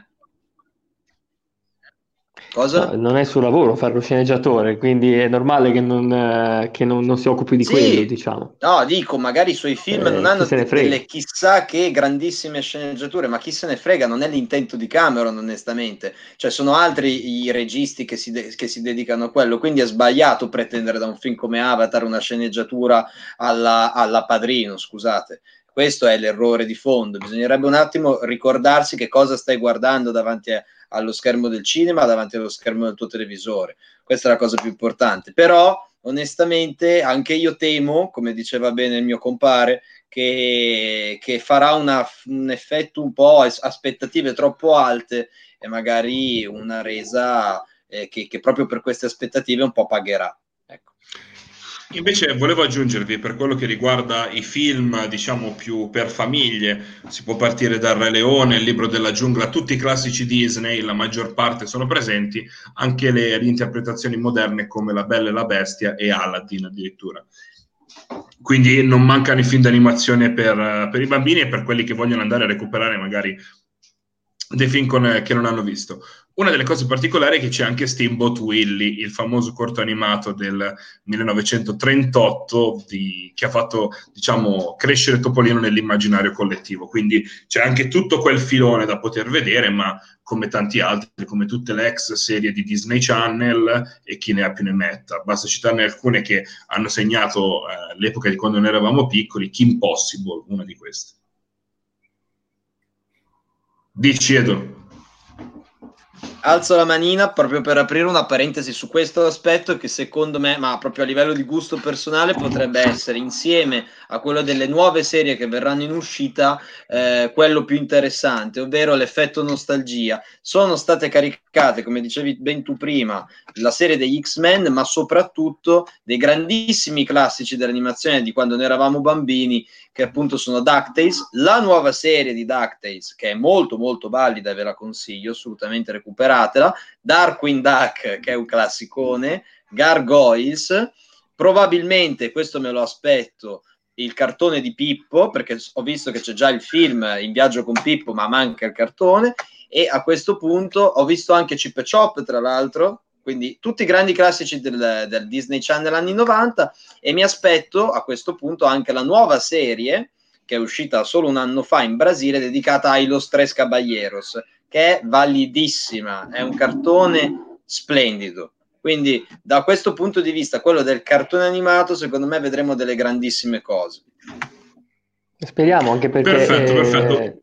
Cosa? No, non è suo lavoro fare lo sceneggiatore, quindi è normale che non, eh, che non, non si occupi di sì, quello, diciamo. No, dico, magari i suoi film eh, non hanno delle chissà che grandissime sceneggiature, ma chi se ne frega, non è l'intento di Cameron, onestamente. Cioè, sono altri i registi che si, de- che si dedicano a quello, quindi è sbagliato pretendere da un film come Avatar una sceneggiatura alla, alla Padrino, scusate. Questo è l'errore di fondo. Bisognerebbe un attimo ricordarsi che cosa stai guardando davanti a allo schermo del cinema, davanti allo schermo del tuo televisore. Questa è la cosa più importante. Però, onestamente, anche io temo, come diceva bene il mio compare, che, che farà una, un effetto un po' aspettative troppo alte e magari una resa eh, che, che proprio per queste aspettative un po' pagherà. Ecco. Invece volevo aggiungervi, per quello che riguarda i film, diciamo più per famiglie, si può partire dal Re Leone, il Libro della Giungla, tutti i classici Disney, la maggior parte sono presenti, anche le reinterpretazioni moderne come La Bella e la Bestia e Aladdin addirittura. Quindi non mancano i film d'animazione per, per i bambini e per quelli che vogliono andare a recuperare magari dei film con, che non hanno visto. Una delle cose particolari è che c'è anche Steamboat Willie, il famoso corto animato del millenovecentotrentotto di, che ha fatto, diciamo, crescere Topolino nell'immaginario collettivo. Quindi c'è anche tutto quel filone da poter vedere, ma come tanti altri, come tutte le ex serie di Disney Channel e chi ne ha più ne metta. Basta citarne alcune che hanno segnato eh, l'epoca di quando noi eravamo piccoli. Kim Possible, una di queste. Dici, Edo. Alzo la manina proprio per aprire una parentesi su questo aspetto che secondo me, ma proprio a livello di gusto personale, potrebbe essere, insieme a quello delle nuove serie che verranno in uscita, eh, quello più interessante, ovvero l'effetto nostalgia. Sono state caricate, come dicevi ben tu prima, la serie degli X-Men, ma soprattutto dei grandissimi classici dell'animazione di quando noi eravamo bambini, che appunto sono DuckTales, la nuova serie di DuckTales, che è molto molto valida e ve la consiglio, assolutamente recuperatela, Darkwing Duck, che è un classicone, Gargoyles, probabilmente, questo me lo aspetto, il cartone di Pippo, perché ho visto che c'è già il film In viaggio con Pippo, ma manca il cartone, e a questo punto ho visto anche Chip e Chop, tra l'altro, quindi tutti i grandi classici del, del Disney Channel anni novanta, e mi aspetto a questo punto anche la nuova serie che è uscita solo un anno fa in Brasile, dedicata ai Los Tres Caballeros, che è validissima, è un cartone splendido. Quindi da questo punto di vista, quello del cartone animato, secondo me vedremo delle grandissime cose. Speriamo, anche perché... Perfetto, eh... perfetto.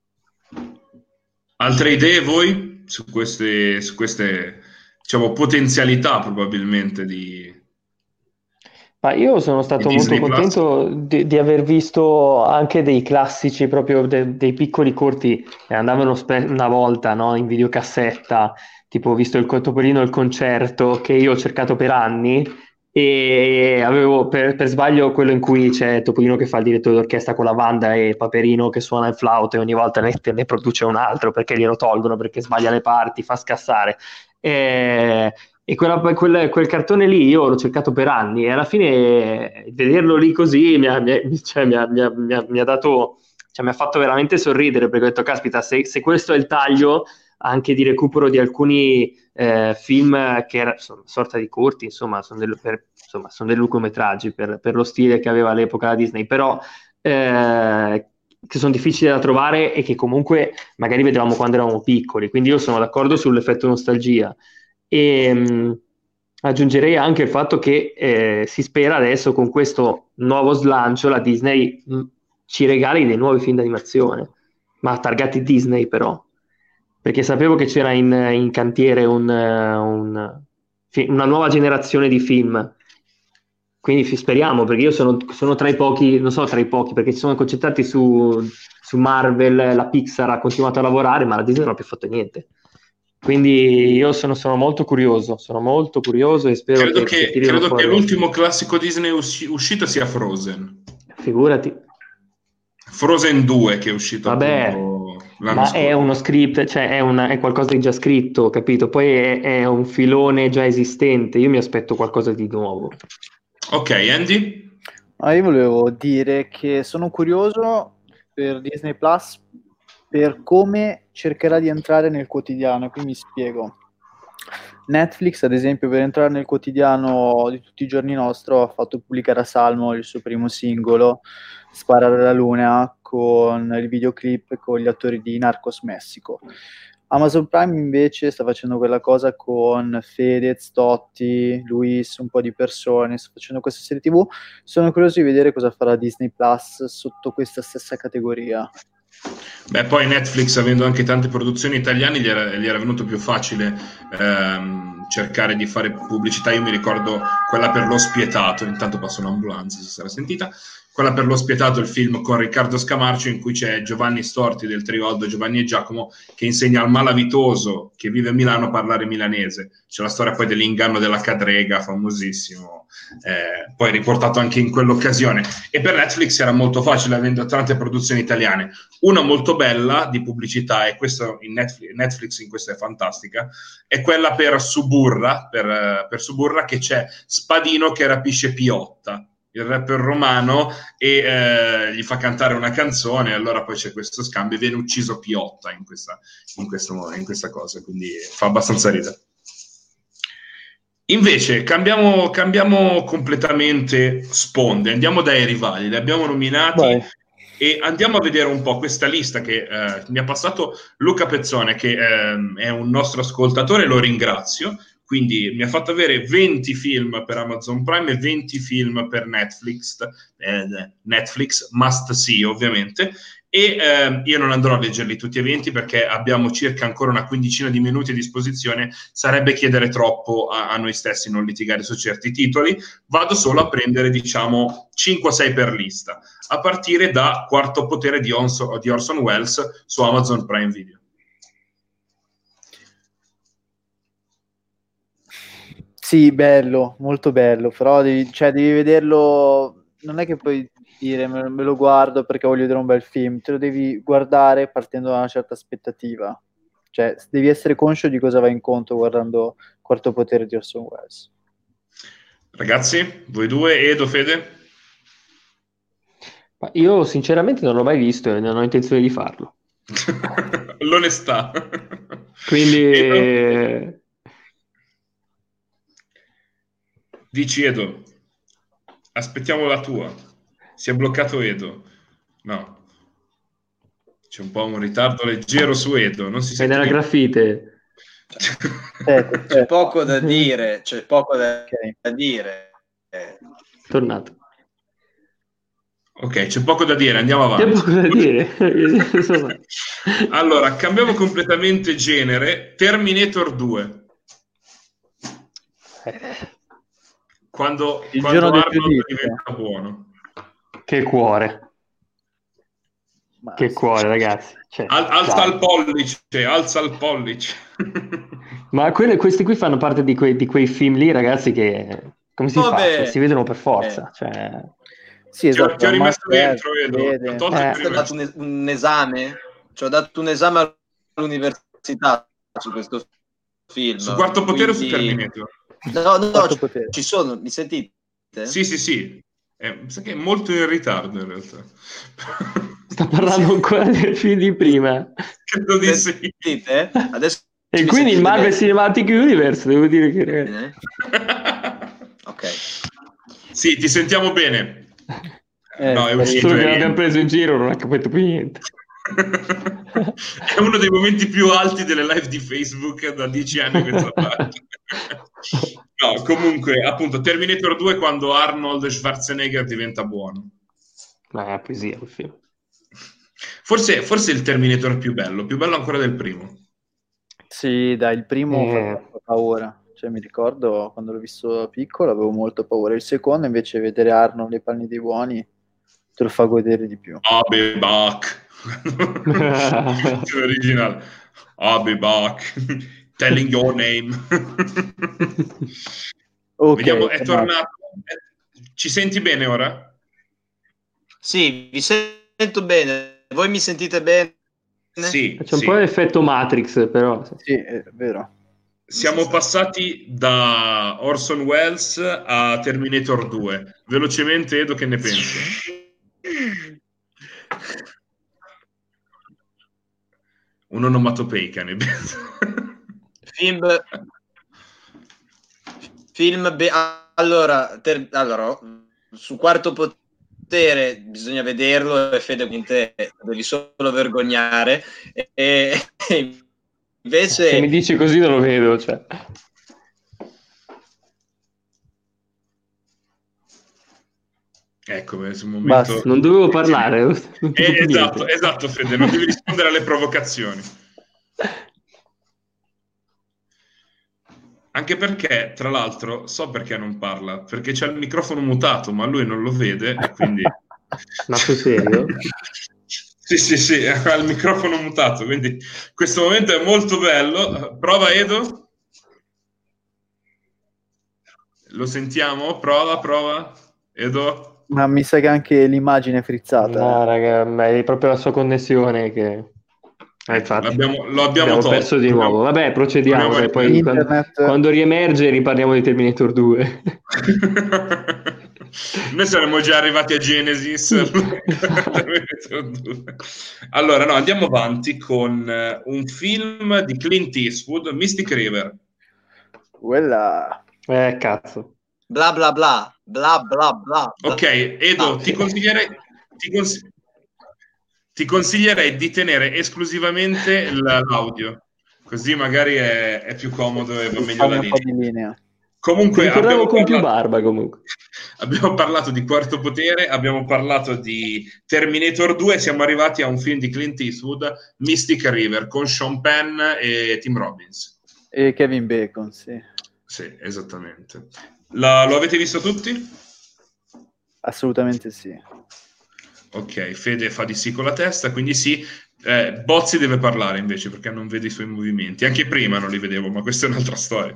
Altre idee voi su queste, su queste diciamo, potenzialità probabilmente di... Ma io sono stato molto Disney contento di, di aver visto anche dei classici, proprio de- dei piccoli corti che andavano spe- una volta, no, in videocassetta, tipo ho visto il Topolino il concerto che io ho cercato per anni e avevo per, per sbaglio quello in cui c'è Topolino che fa il direttore d'orchestra con la banda e Paperino che suona il flauto e ogni volta ne, ne produce un altro perché glielo tolgono, perché sbaglia le parti, fa scassare. E, e quella, quel, quel cartone lì io l'ho cercato per anni e alla fine vederlo lì così mi ha, mi, cioè, mi ha, mi ha, mi ha, mi ha dato, cioè, mi ha fatto veramente sorridere, perché ho detto caspita, se, se questo è il taglio anche di recupero di alcuni eh, film che era, sono una sorta di corti, insomma sono, del, per, insomma, sono dei lungometraggi per, per lo stile che aveva all'epoca la Disney, però eh, che sono difficili da trovare e che comunque magari vedevamo quando eravamo piccoli, quindi io sono d'accordo sull'effetto nostalgia. E mh, aggiungerei anche il fatto che eh, si spera adesso con questo nuovo slancio la Disney mh, ci regali dei nuovi film d'animazione, ma targati Disney però, perché sapevo che c'era in, in cantiere un, un, una nuova generazione di film, quindi speriamo, perché io sono, sono tra i pochi, non so tra i pochi, perché si sono concentrati su, su Marvel, la Pixar ha continuato a lavorare, ma la Disney non ha più fatto niente. Quindi io sono, sono molto curioso, sono molto curioso e spero credo che, che, che tirino credo fuori. che l'ultimo classico Disney usci- uscito sia Frozen. Figurati. Frozen due che è uscito Vabbè, appunto l'anno ma scorso. è uno script, cioè è, una, è qualcosa di già scritto, capito? Poi è, è un filone già esistente, io mi aspetto qualcosa di nuovo. Ok, Andy? Ah, io volevo dire che sono curioso per Disney Plus per come cercherà di entrare nel quotidiano, qui mi spiego. Netflix, ad esempio, per entrare nel quotidiano di tutti i giorni nostro, ha fatto pubblicare a Salmo il suo primo singolo, Sparare alla Luna, con il videoclip con gli attori di Narcos Messico. Amazon Prime invece sta facendo quella cosa con Fedez, Totti, Luis, un po' di persone, sta facendo questa serie tivù. Sono curioso di vedere cosa farà Disney Plus sotto questa stessa categoria. Beh, poi Netflix, avendo anche tante produzioni italiane, gli era, gli era venuto più facile ehm, cercare di fare pubblicità. Io mi ricordo quella per Lo Spietato, intanto passa un'ambulanza, se sarà sentita, quella per Lo Spietato, il film con Riccardo Scamarcio, in cui c'è Giovanni Storti del trio Aldo, Giovanni e Giacomo, che insegna al malavitoso che vive a Milano a parlare milanese. C'è la storia poi dell'inganno della cadrega, famosissimo, eh, poi riportato anche in quell'occasione. E per Netflix era molto facile, avendo tante produzioni italiane. Una molto bella di pubblicità, e questo in Netflix, Netflix in questo è fantastica, è quella per Suburra, per, per Suburra, che c'è Spadino che rapisce Piotta, il rapper romano, e eh, gli fa cantare una canzone, e allora poi c'è questo scambio e viene ucciso Piotta in questa, in questo, in questa cosa, quindi fa abbastanza ridere. Invece cambiamo, cambiamo completamente sponde, andiamo dai rivali, li abbiamo nominati. Vai. E andiamo a vedere un po' questa lista che eh, mi ha passato Luca Pezzone, che eh, è un nostro ascoltatore, lo ringrazio. Quindi mi ha fatto avere venti film per Amazon Prime e venti film per Netflix, eh, Netflix must see ovviamente, e eh, io non andrò a leggerli tutti e venti perché abbiamo circa ancora una quindicina di minuti a disposizione, sarebbe chiedere troppo a, a noi stessi non litigare su certi titoli. Vado solo a prendere diciamo cinque o sei per lista, a partire da Quarto Potere di, Onso, di Orson Welles su Amazon Prime Video. Sì, bello, molto bello, però devi, cioè, devi vederlo, non è che puoi dire me, me lo guardo perché voglio vedere un bel film, te lo devi guardare partendo da una certa aspettativa, cioè devi essere conscio di cosa vai incontro guardando Quarto Potere di Orson Welles. Ragazzi, voi due, Edo, Fede? Ma io sinceramente non l'ho mai visto e non ho intenzione di farlo. L'onestà. Quindi... Edo? Dici Edo, aspettiamo la tua. Si è bloccato Edo. No. C'è un po' un ritardo leggero su Edo. Non si È sente nella più. graffite. Aspetta, C'è poco da dire, c'è poco da, okay. da dire. Eh. Tornato. Ok, c'è poco da dire, andiamo avanti. C'è poco da dire. Allora, cambiamo completamente genere. Terminator due. Quando, Il quando giorno del Arnold giudizio. diventa buono. Che cuore. Ma che sì. cuore, ragazzi. Cioè, Al, alza dai. il pollice, alza il pollice. Ma quelle, questi qui fanno parte di quei, di quei film lì, ragazzi, che come si Vabbè. fa? Cioè, si vedono per forza. Cioè... Sì, esatto, ti ho rimesso dentro, Edo. Edo. Ti ho Eh. Ho dato un, un esame, cioè ho dato un esame all'università su questo film. Su Quarto Potere quindi... o su Terminator? No, no, no, ci, Potere. ci sono, mi sentite? Sì, sì, sì. Eh, mi sa che è molto in ritardo in realtà. Sta parlando ancora del film di prima. Credo di sì. Sentite? Adesso e quindi il Marvel bene. Cinematic Universe, devo dire che... Bene. Ok. Sì, ti sentiamo bene. Eh, no, è uscito. Solo che è... l'abbiamo preso in giro, non ha capito più niente. È uno dei momenti più alti delle live di Facebook da dieci anni a questa parte. No, comunque, appunto, Terminator due quando Arnold Schwarzenegger diventa buono. Ma è una poesia quel film. Forse, forse il Terminator più bello, più bello ancora del primo. Sì, dai, il primo Eh. fa paura. Cioè, mi ricordo quando l'ho visto da piccolo avevo molto paura. Il secondo, invece, vedere Arnold nei panni dei buoni te lo fa godere di più. I'll be back. L'originale. I'll be back. Telling your name. Ok, Vediamo, è tornato. tornato. Ci senti bene ora? Sì, vi sento bene. Voi mi sentite bene? Sì, C'è un sì. po' l'effetto Matrix, però. Sì, è vero. Siamo passati da Orson Welles a Terminator due. Velocemente, Edo, che ne pensi? Un'onomatopeica, ne penso. Film, film be- allora, ter- allora, su Quarto Potere bisogna vederlo e Fede, con te devi solo vergognare. E, e invece Se mi dici così non lo vedo, cioè. Ecco, è un momento... Basta. Non dovevo parlare. Non Eh, dico esatto, niente. esatto, Fede, non devi rispondere alle provocazioni. Anche perché, tra l'altro, so perché non parla, perché c'è il microfono mutato, ma lui non lo vede e quindi... Ma sul serio? Sì, sì, sì, ha il microfono mutato, quindi questo momento è molto bello. Prova, Edo? Lo sentiamo? Prova, prova. Edo? Ma mi sa che anche l'immagine è frizzata. No, eh. raga, ma è proprio la sua connessione che... Ah, Ecco, infatti, l'abbiamo, lo abbiamo, abbiamo tolto. perso di Proviamo- nuovo. Vabbè, procediamo, proviamo a dai, poi quando, Internet. quando riemerge riparliamo di Terminator due. Noi saremmo già arrivati a Genesis. Allora, no, andiamo avanti con eh, un film di Clint Eastwood, Mystic River. Quella... Eh, cazzo. bla bla bla bla bla bla. Ok, Edo, ti consiglierei, ti, cons- ti consiglierei di tenere esclusivamente l- l'audio, così magari è, è più comodo e va meglio la Risparmia un po' linea. di linea. Ti Comunque ricordavo abbiamo con più parlato, barba, comunque. abbiamo parlato di Quarto Potere, abbiamo parlato di Terminator due, siamo arrivati a un film di Clint Eastwood, Mystic River, con Sean Penn e Tim Robbins. E Kevin Bacon, sì. Sì, esattamente. La- lo avete visto tutti? Assolutamente sì. Ok, Fede fa di sì con la testa, quindi sì. Eh, Bozzi deve parlare invece perché non vede i suoi movimenti. Anche prima non li vedevo, ma questa è un'altra storia.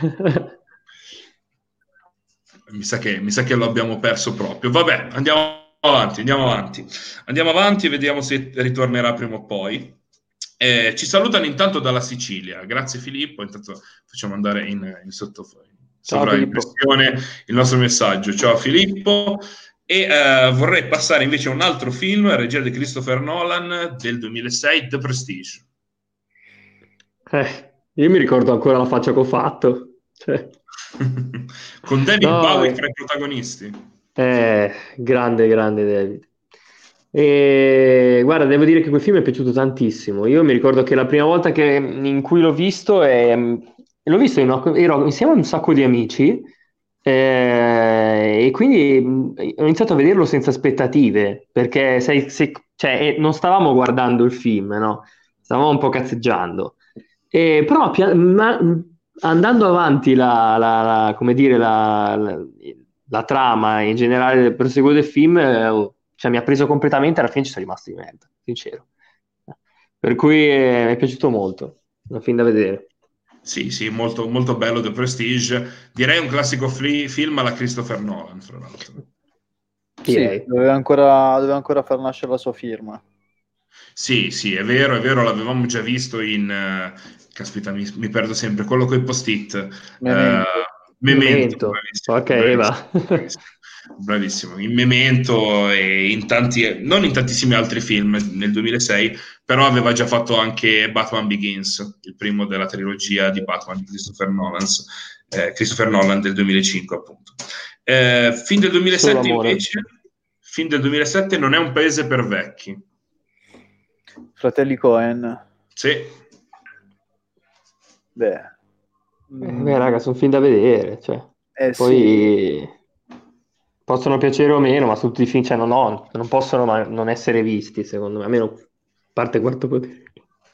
Mi sa che, mi sa che lo abbiamo perso proprio. Vabbè, andiamo avanti, andiamo avanti. Andiamo avanti e vediamo se ritornerà prima o poi. Eh, ci salutano intanto dalla Sicilia. Grazie Filippo, intanto facciamo andare in, in sottofondo. Ciao, Sovraimpressione il nostro messaggio. Ciao Filippo. E eh, vorrei passare invece a un altro film, regia di Christopher Nolan del duemilasei, The Prestige. Eh, io mi ricordo ancora la faccia che ho fatto. Cioè, Con David no, Bowie eh, tra i protagonisti. eh, grande, grande David. E guarda, devo dire che quel film mi è piaciuto tantissimo. Io mi ricordo che la prima volta che, in cui l'ho visto, eh, l'ho visto in una- ero insieme a un sacco di amici. Eh, e quindi mh, ho iniziato a vederlo senza aspettative, perché sei- sei- cioè, eh, non stavamo guardando il film, no? Stavamo un po' cazzeggiando. E, però pia- ma- mh, andando avanti la, la- la- come dire, la, la- la trama e in generale il proseguo del film, eh, oh, cioè, mi ha preso completamente, alla fine ci sono rimasto di merda, sincero. Per cui eh, mi è piaciuto molto, è un film da vedere. Sì, sì, molto, molto bello The Prestige. Direi un classico fli- film alla Christopher Nolan, fra l'altro. Sì, Direi. doveva ancora, doveva ancora far nascere la sua firma. Sì, sì, è vero, è vero, l'avevamo già visto in... eh, caspita, mi, mi perdo sempre, quello con i post-it. Eh, Memento. Memento, Memento. bravissimo, Ok, bravissimo, va. bravissimo, bravissimo. In Memento e in tanti, non in tantissimi altri film nel duemilasei, però aveva già fatto anche Batman Begins, il primo della trilogia di Batman di Christopher Nolan, eh, Christopher Nolan del duemilacinque, appunto. Eh, film del Solo duemilasette amore. invece, film del duemilasette non è un paese per vecchi. Fratelli Cohen. Sì. Beh. Eh, mm, beh, raga, sono film da vedere, cioè. eh, sì. Poi, Possono piacere o meno, ma tutti i film, cioè, non, ho- non possono ma- non essere visti, secondo me, almeno a parte Quarto Potere.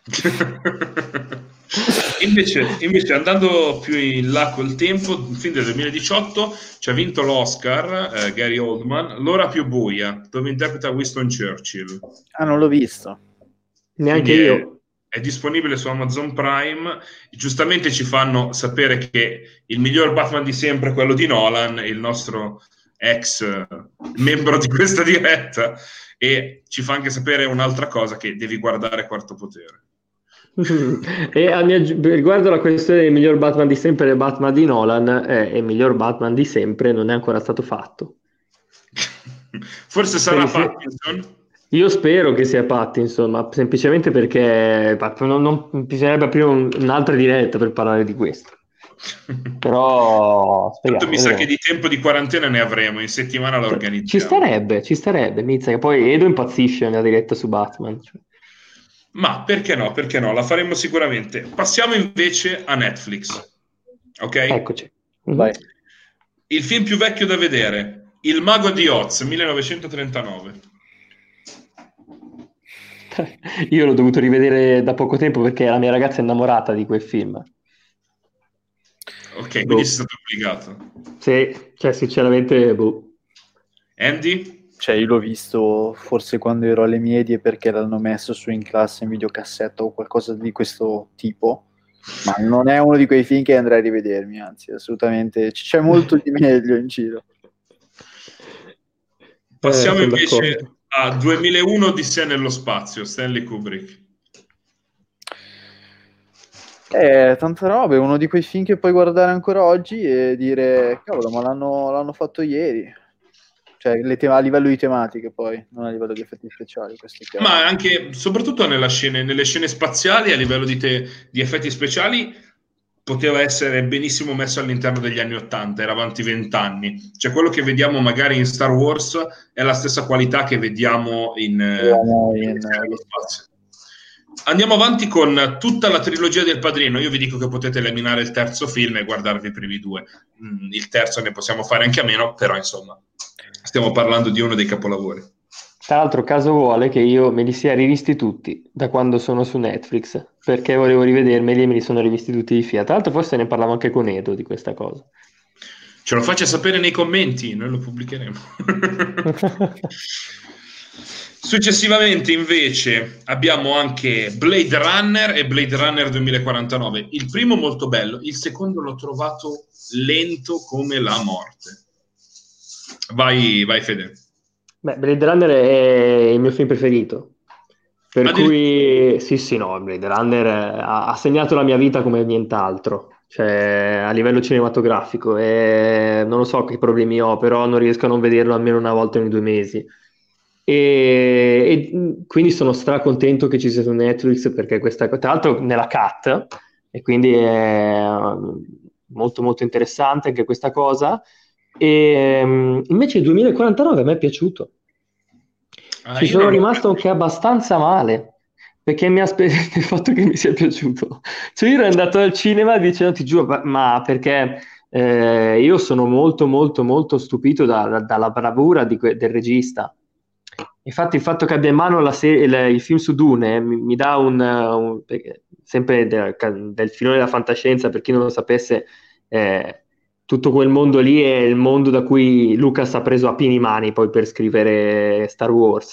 invece, invece, andando più in là col tempo, un film del duemiladiciotto ci ha vinto l'Oscar, eh, Gary Oldman, L'ora più buia, dove interpreta Winston Churchill. Ah, non l'ho visto. Neanche Quindi è, io. è disponibile su Amazon Prime. Giustamente ci fanno sapere che il miglior Batman di sempre è quello di Nolan, il nostro ex eh, membro di questa diretta, e ci fa anche sapere un'altra cosa, che devi guardare Quarto Potere. E a mia gi- riguardo la questione del miglior Batman di sempre e Batman di Nolan, eh, il miglior Batman di sempre non è ancora stato fatto. Forse sarà Perché se- Pattinson? Io spero che sia Pattinson, ma semplicemente perché ma non, non- bisognerebbe aprire un- un'altra diretta per parlare di questo. Però speriamo. Tanto mi sa che vedremo. di tempo di quarantena ne avremo, in settimana la Ci organizziamo. starebbe, ci starebbe, Mizza, che poi Edo impazzisce nella diretta su Batman. cioè. Ma perché no? Perché no? La faremo sicuramente. Passiamo invece a Netflix. Ok? Eccoci. Mhm. Vai. Il film più vecchio da vedere, Il Mago di Oz, millenovecentotrentanove. Io l'ho dovuto rivedere da poco tempo perché la mia ragazza è innamorata di quel film. Ok, quindi Boh. sei stato obbligato. Sì, cioè sinceramente, boh. Andy? Cioè, io l'ho visto forse quando ero alle medie perché l'hanno messo su in classe in videocassetta o qualcosa di questo tipo, ma non è uno di quei film che andrei a rivedermi, anzi, assolutamente. C- C'è molto di meglio in giro. Passiamo Eh, sono invece d'accordo. a duemilauno Odissea nello spazio, Stanley Kubrick. È tanta roba, è uno di quei film che puoi guardare ancora oggi e dire, cavolo, ma l'hanno, l'hanno fatto ieri. Cioè, le te- a livello di tematiche poi, non a livello di effetti speciali, questo è chiaro. Ma anche, soprattutto nella scene- nelle scene spaziali, a livello di, te- di effetti speciali, poteva essere benissimo messo all'interno degli anni Ottanta, era avanti vent'anni. Cioè, quello che vediamo magari in Star Wars è la stessa qualità che vediamo in, eh, Vediamo in in- Odissea nello spazio. Andiamo avanti con tutta la trilogia del Padrino. Io vi dico che potete eliminare il terzo film e guardarvi i primi due. Mm, il terzo ne possiamo fare anche a meno, però insomma, stiamo parlando di uno dei capolavori. Tra l'altro, caso vuole che io me li sia rivisti tutti da quando sono su Netflix, perché volevo rivedermeli e me li sono rivisti tutti di fila. Tra l'altro forse ne parlavo anche con Edo di questa cosa. Ce lo faccia sapere nei commenti, noi lo pubblicheremo. Successivamente invece abbiamo anche Blade Runner e Blade Runner duemilaquarantanove. Il primo molto bello, il secondo l'ho trovato lento come la morte. Vai, vai Fede. Beh, Blade Runner è il mio film preferito, per Addirittura- cui sì, sì, no, Blade Runner ha, ha segnato la mia vita come nient'altro, cioè a livello cinematografico, e non lo so che problemi ho, però non riesco a non vederlo almeno una volta ogni due mesi. E, e mh, quindi sono stracontento che ci sia su Netflix perché questa, tra l'altro nella Cat, e quindi è um, molto molto interessante anche questa cosa. E um, invece il duemilaquarantanove a me è piaciuto. Ah, Ci io sono non l'ho rimasto visto. anche abbastanza male perché mi aspetta il fatto che mi sia piaciuto. Cioè, io ero andato al cinema dicendo, ti giuro, ma, ma perché eh, io sono molto, molto, molto stupito da- da- dalla bravura di que- del regista. Infatti, il fatto che abbia in mano la se- il, il film su Dune mi, mi dà un, un- perché- sempre del, del filone della fantascienza, per chi non lo sapesse. eh, Tutto quel mondo lì è il mondo da cui Lucas ha preso a pieni mani poi per scrivere Star Wars,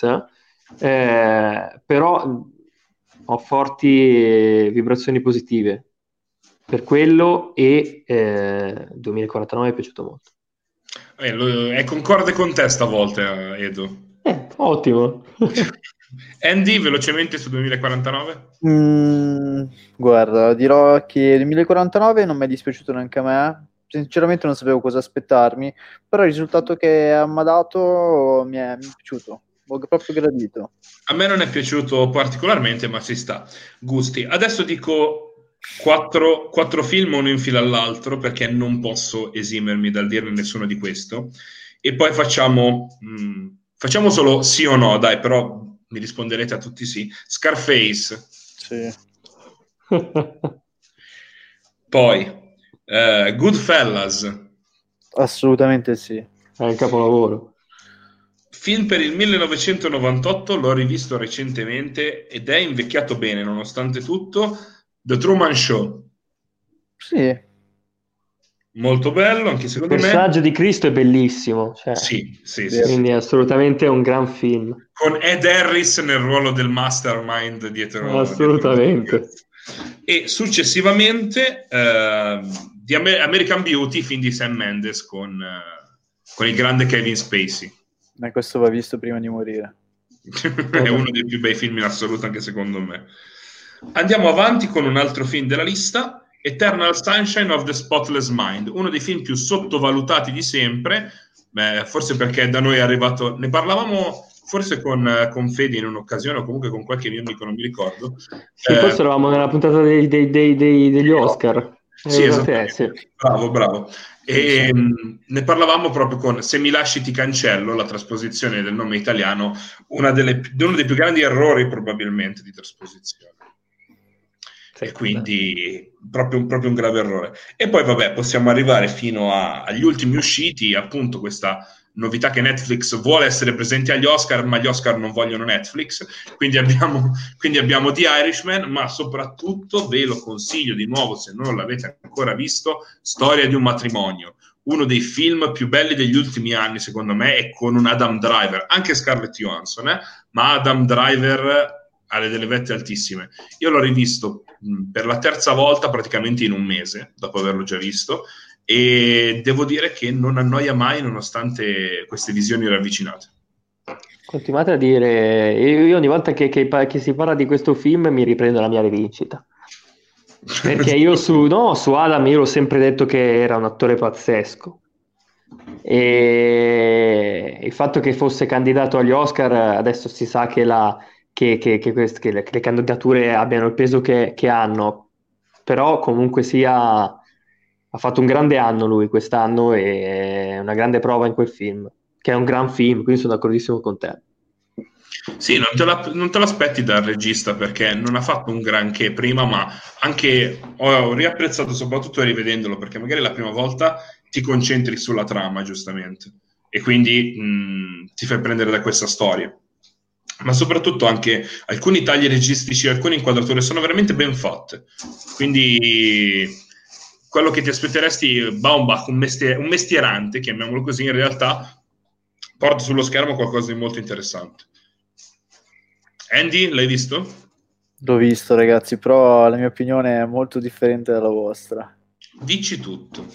eh, però ho forti eh, vibrazioni positive per quello e eh, duemilaquarantanove mi è piaciuto molto. Eh, lo- è concorde con te stavolta, Edo. Eh, ottimo. Andy, velocemente su duemilaquarantanove? Mm, guarda, dirò che il duemilaquarantanove non mi è dispiaciuto neanche a me. Sinceramente non sapevo cosa aspettarmi, però il risultato che ha dato mi è, mi è piaciuto, ho proprio gradito. A me non è piaciuto particolarmente, ma ci sta. Gusti. Adesso dico quattro, quattro film, uno in fila all'altro, perché non posso esimermi dal dirne nessuno di questo. E poi facciamo, mh, facciamo solo sì o no, dai, però mi risponderete a tutti sì. Scarface. Sì. Poi eh, Goodfellas. Assolutamente sì. È un capolavoro. Film per il millenovecentonovantotto, l'ho rivisto recentemente ed è invecchiato bene nonostante tutto, The Truman Show. Sì. Molto bello, anche Il secondo me. personaggio di Cristo è bellissimo, cioè, Sì, sì, sì, quindi sì. è assolutamente un gran film. Con Ed Harris nel ruolo del mastermind dietro. Assolutamente. dietro e successivamente eh, di Amer- American Beauty, film di Sam Mendes con, eh, con il grande Kevin Spacey. Ma questo va visto prima di morire. È uno dei più bei film in assoluto, anche secondo me. Andiamo avanti con un altro film della lista, Eternal Sunshine of the Spotless Mind, uno dei film più sottovalutati di sempre, beh, forse perché da noi è arrivato, ne parlavamo forse con, con Fede in un'occasione o comunque con qualche mio amico, non mi ricordo. Sì, eh, forse eravamo nella puntata dei, dei, dei, dei, degli Oscar. Sì, Eh, esattamente. sì. Bravo, bravo. E mh, ne parlavamo proprio con Se mi lasci ti cancello, la trasposizione del nome italiano, una delle, uno dei più grandi errori probabilmente di trasposizione. Sì, E quindi proprio, un- proprio un grave errore. E poi vabbè, possiamo arrivare fino a- agli ultimi usciti, appunto questa novità che Netflix vuole essere presente agli Oscar, ma gli Oscar non vogliono Netflix, quindi abbiamo, quindi abbiamo The Irishman, ma soprattutto ve lo consiglio di nuovo, se non l'avete ancora visto, Storia di un matrimonio, uno dei film più belli degli ultimi anni secondo me, è con un Adam Driver, anche Scarlett Johansson, eh? Ma Adam Driver ha delle vette altissime. Io l'ho rivisto mh, per la terza volta praticamente in un mese, dopo averlo già visto, e devo dire che non annoia mai nonostante queste visioni ravvicinate. Continuate a dire, io ogni volta che, che, che si parla di questo film mi riprendo la mia rivincita. Perché io su, no, su Adam io l'ho sempre detto che era un attore pazzesco. E il fatto che fosse candidato agli Oscar, adesso si sa che, la, che, che, che, queste, che, le, che le candidature abbiano il peso che, che hanno, però comunque sia, ha fatto un grande anno lui quest'anno e è una grande prova in quel film, che è un gran film, quindi sono d'accordissimo con te. Sì, non te, la, non te l'aspetti dal regista perché non ha fatto un granché prima, ma anche ho riapprezzato soprattutto rivedendolo perché magari la prima volta ti concentri sulla trama, giustamente, e quindi mh, ti fai prendere da questa storia. Ma soprattutto anche alcuni tagli registici, alcune inquadrature sono veramente ben fatte. Quindi quello che ti aspetteresti, Baumbach, un, mestier- un mestierante, chiamiamolo così, in realtà porta sullo schermo qualcosa di molto interessante. Andy, l'hai visto? L'ho visto, ragazzi, però la mia opinione è molto differente dalla vostra. Dici tutto.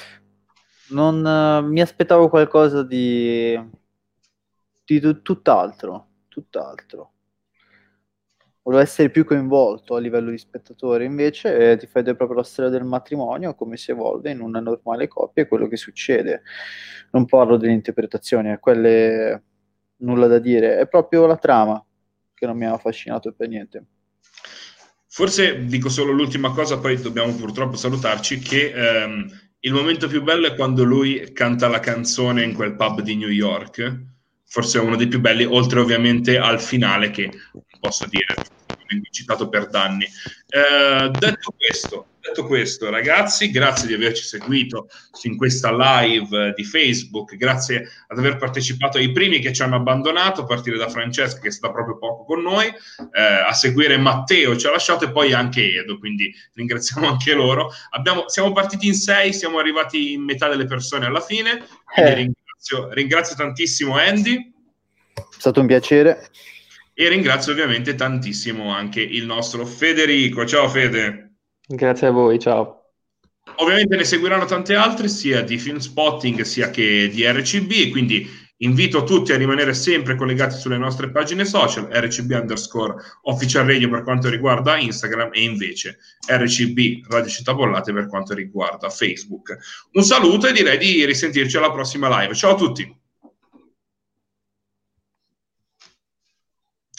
Non eh, mi aspettavo qualcosa di, di tu- tutt'altro, tutt'altro. Volevo essere più coinvolto a livello di spettatore, invece eh, ti fai vedere proprio la storia del matrimonio, come si evolve in una normale coppia e quello che succede. Non parlo delle interpretazioni, a quelle nulla da dire, è proprio la trama che non mi ha affascinato per niente. Forse dico solo l'ultima cosa, poi dobbiamo purtroppo salutarci, che ehm, il momento più bello è quando lui canta la canzone in quel pub di New York, forse è uno dei più belli, oltre ovviamente al finale che posso dire, vengo citato per danni. Eh, detto questo, detto questo, ragazzi, grazie di averci seguito in questa live di Facebook, grazie ad aver partecipato ai primi che ci hanno abbandonato, a partire da Francesca che sta proprio poco con noi, eh, a seguire Matteo ci ha lasciato e poi anche Edo, quindi ringraziamo anche loro. Abbiamo, siamo partiti in sei, siamo arrivati in metà delle persone alla fine, quindi Eh. ringrazio, ringrazio tantissimo Andy. È stato un piacere. E ringrazio ovviamente tantissimo anche il nostro Federico. Ciao Fede. Grazie a voi, ciao. Ovviamente ne seguiranno tante altre, sia di Film Spotting sia che di R C B, quindi invito tutti a rimanere sempre collegati sulle nostre pagine social, R C B underscore Official Radio per quanto riguarda Instagram e invece R C B Radio Città Bollate per quanto riguarda Facebook. Un saluto e direi di risentirci alla prossima live. Ciao a tutti!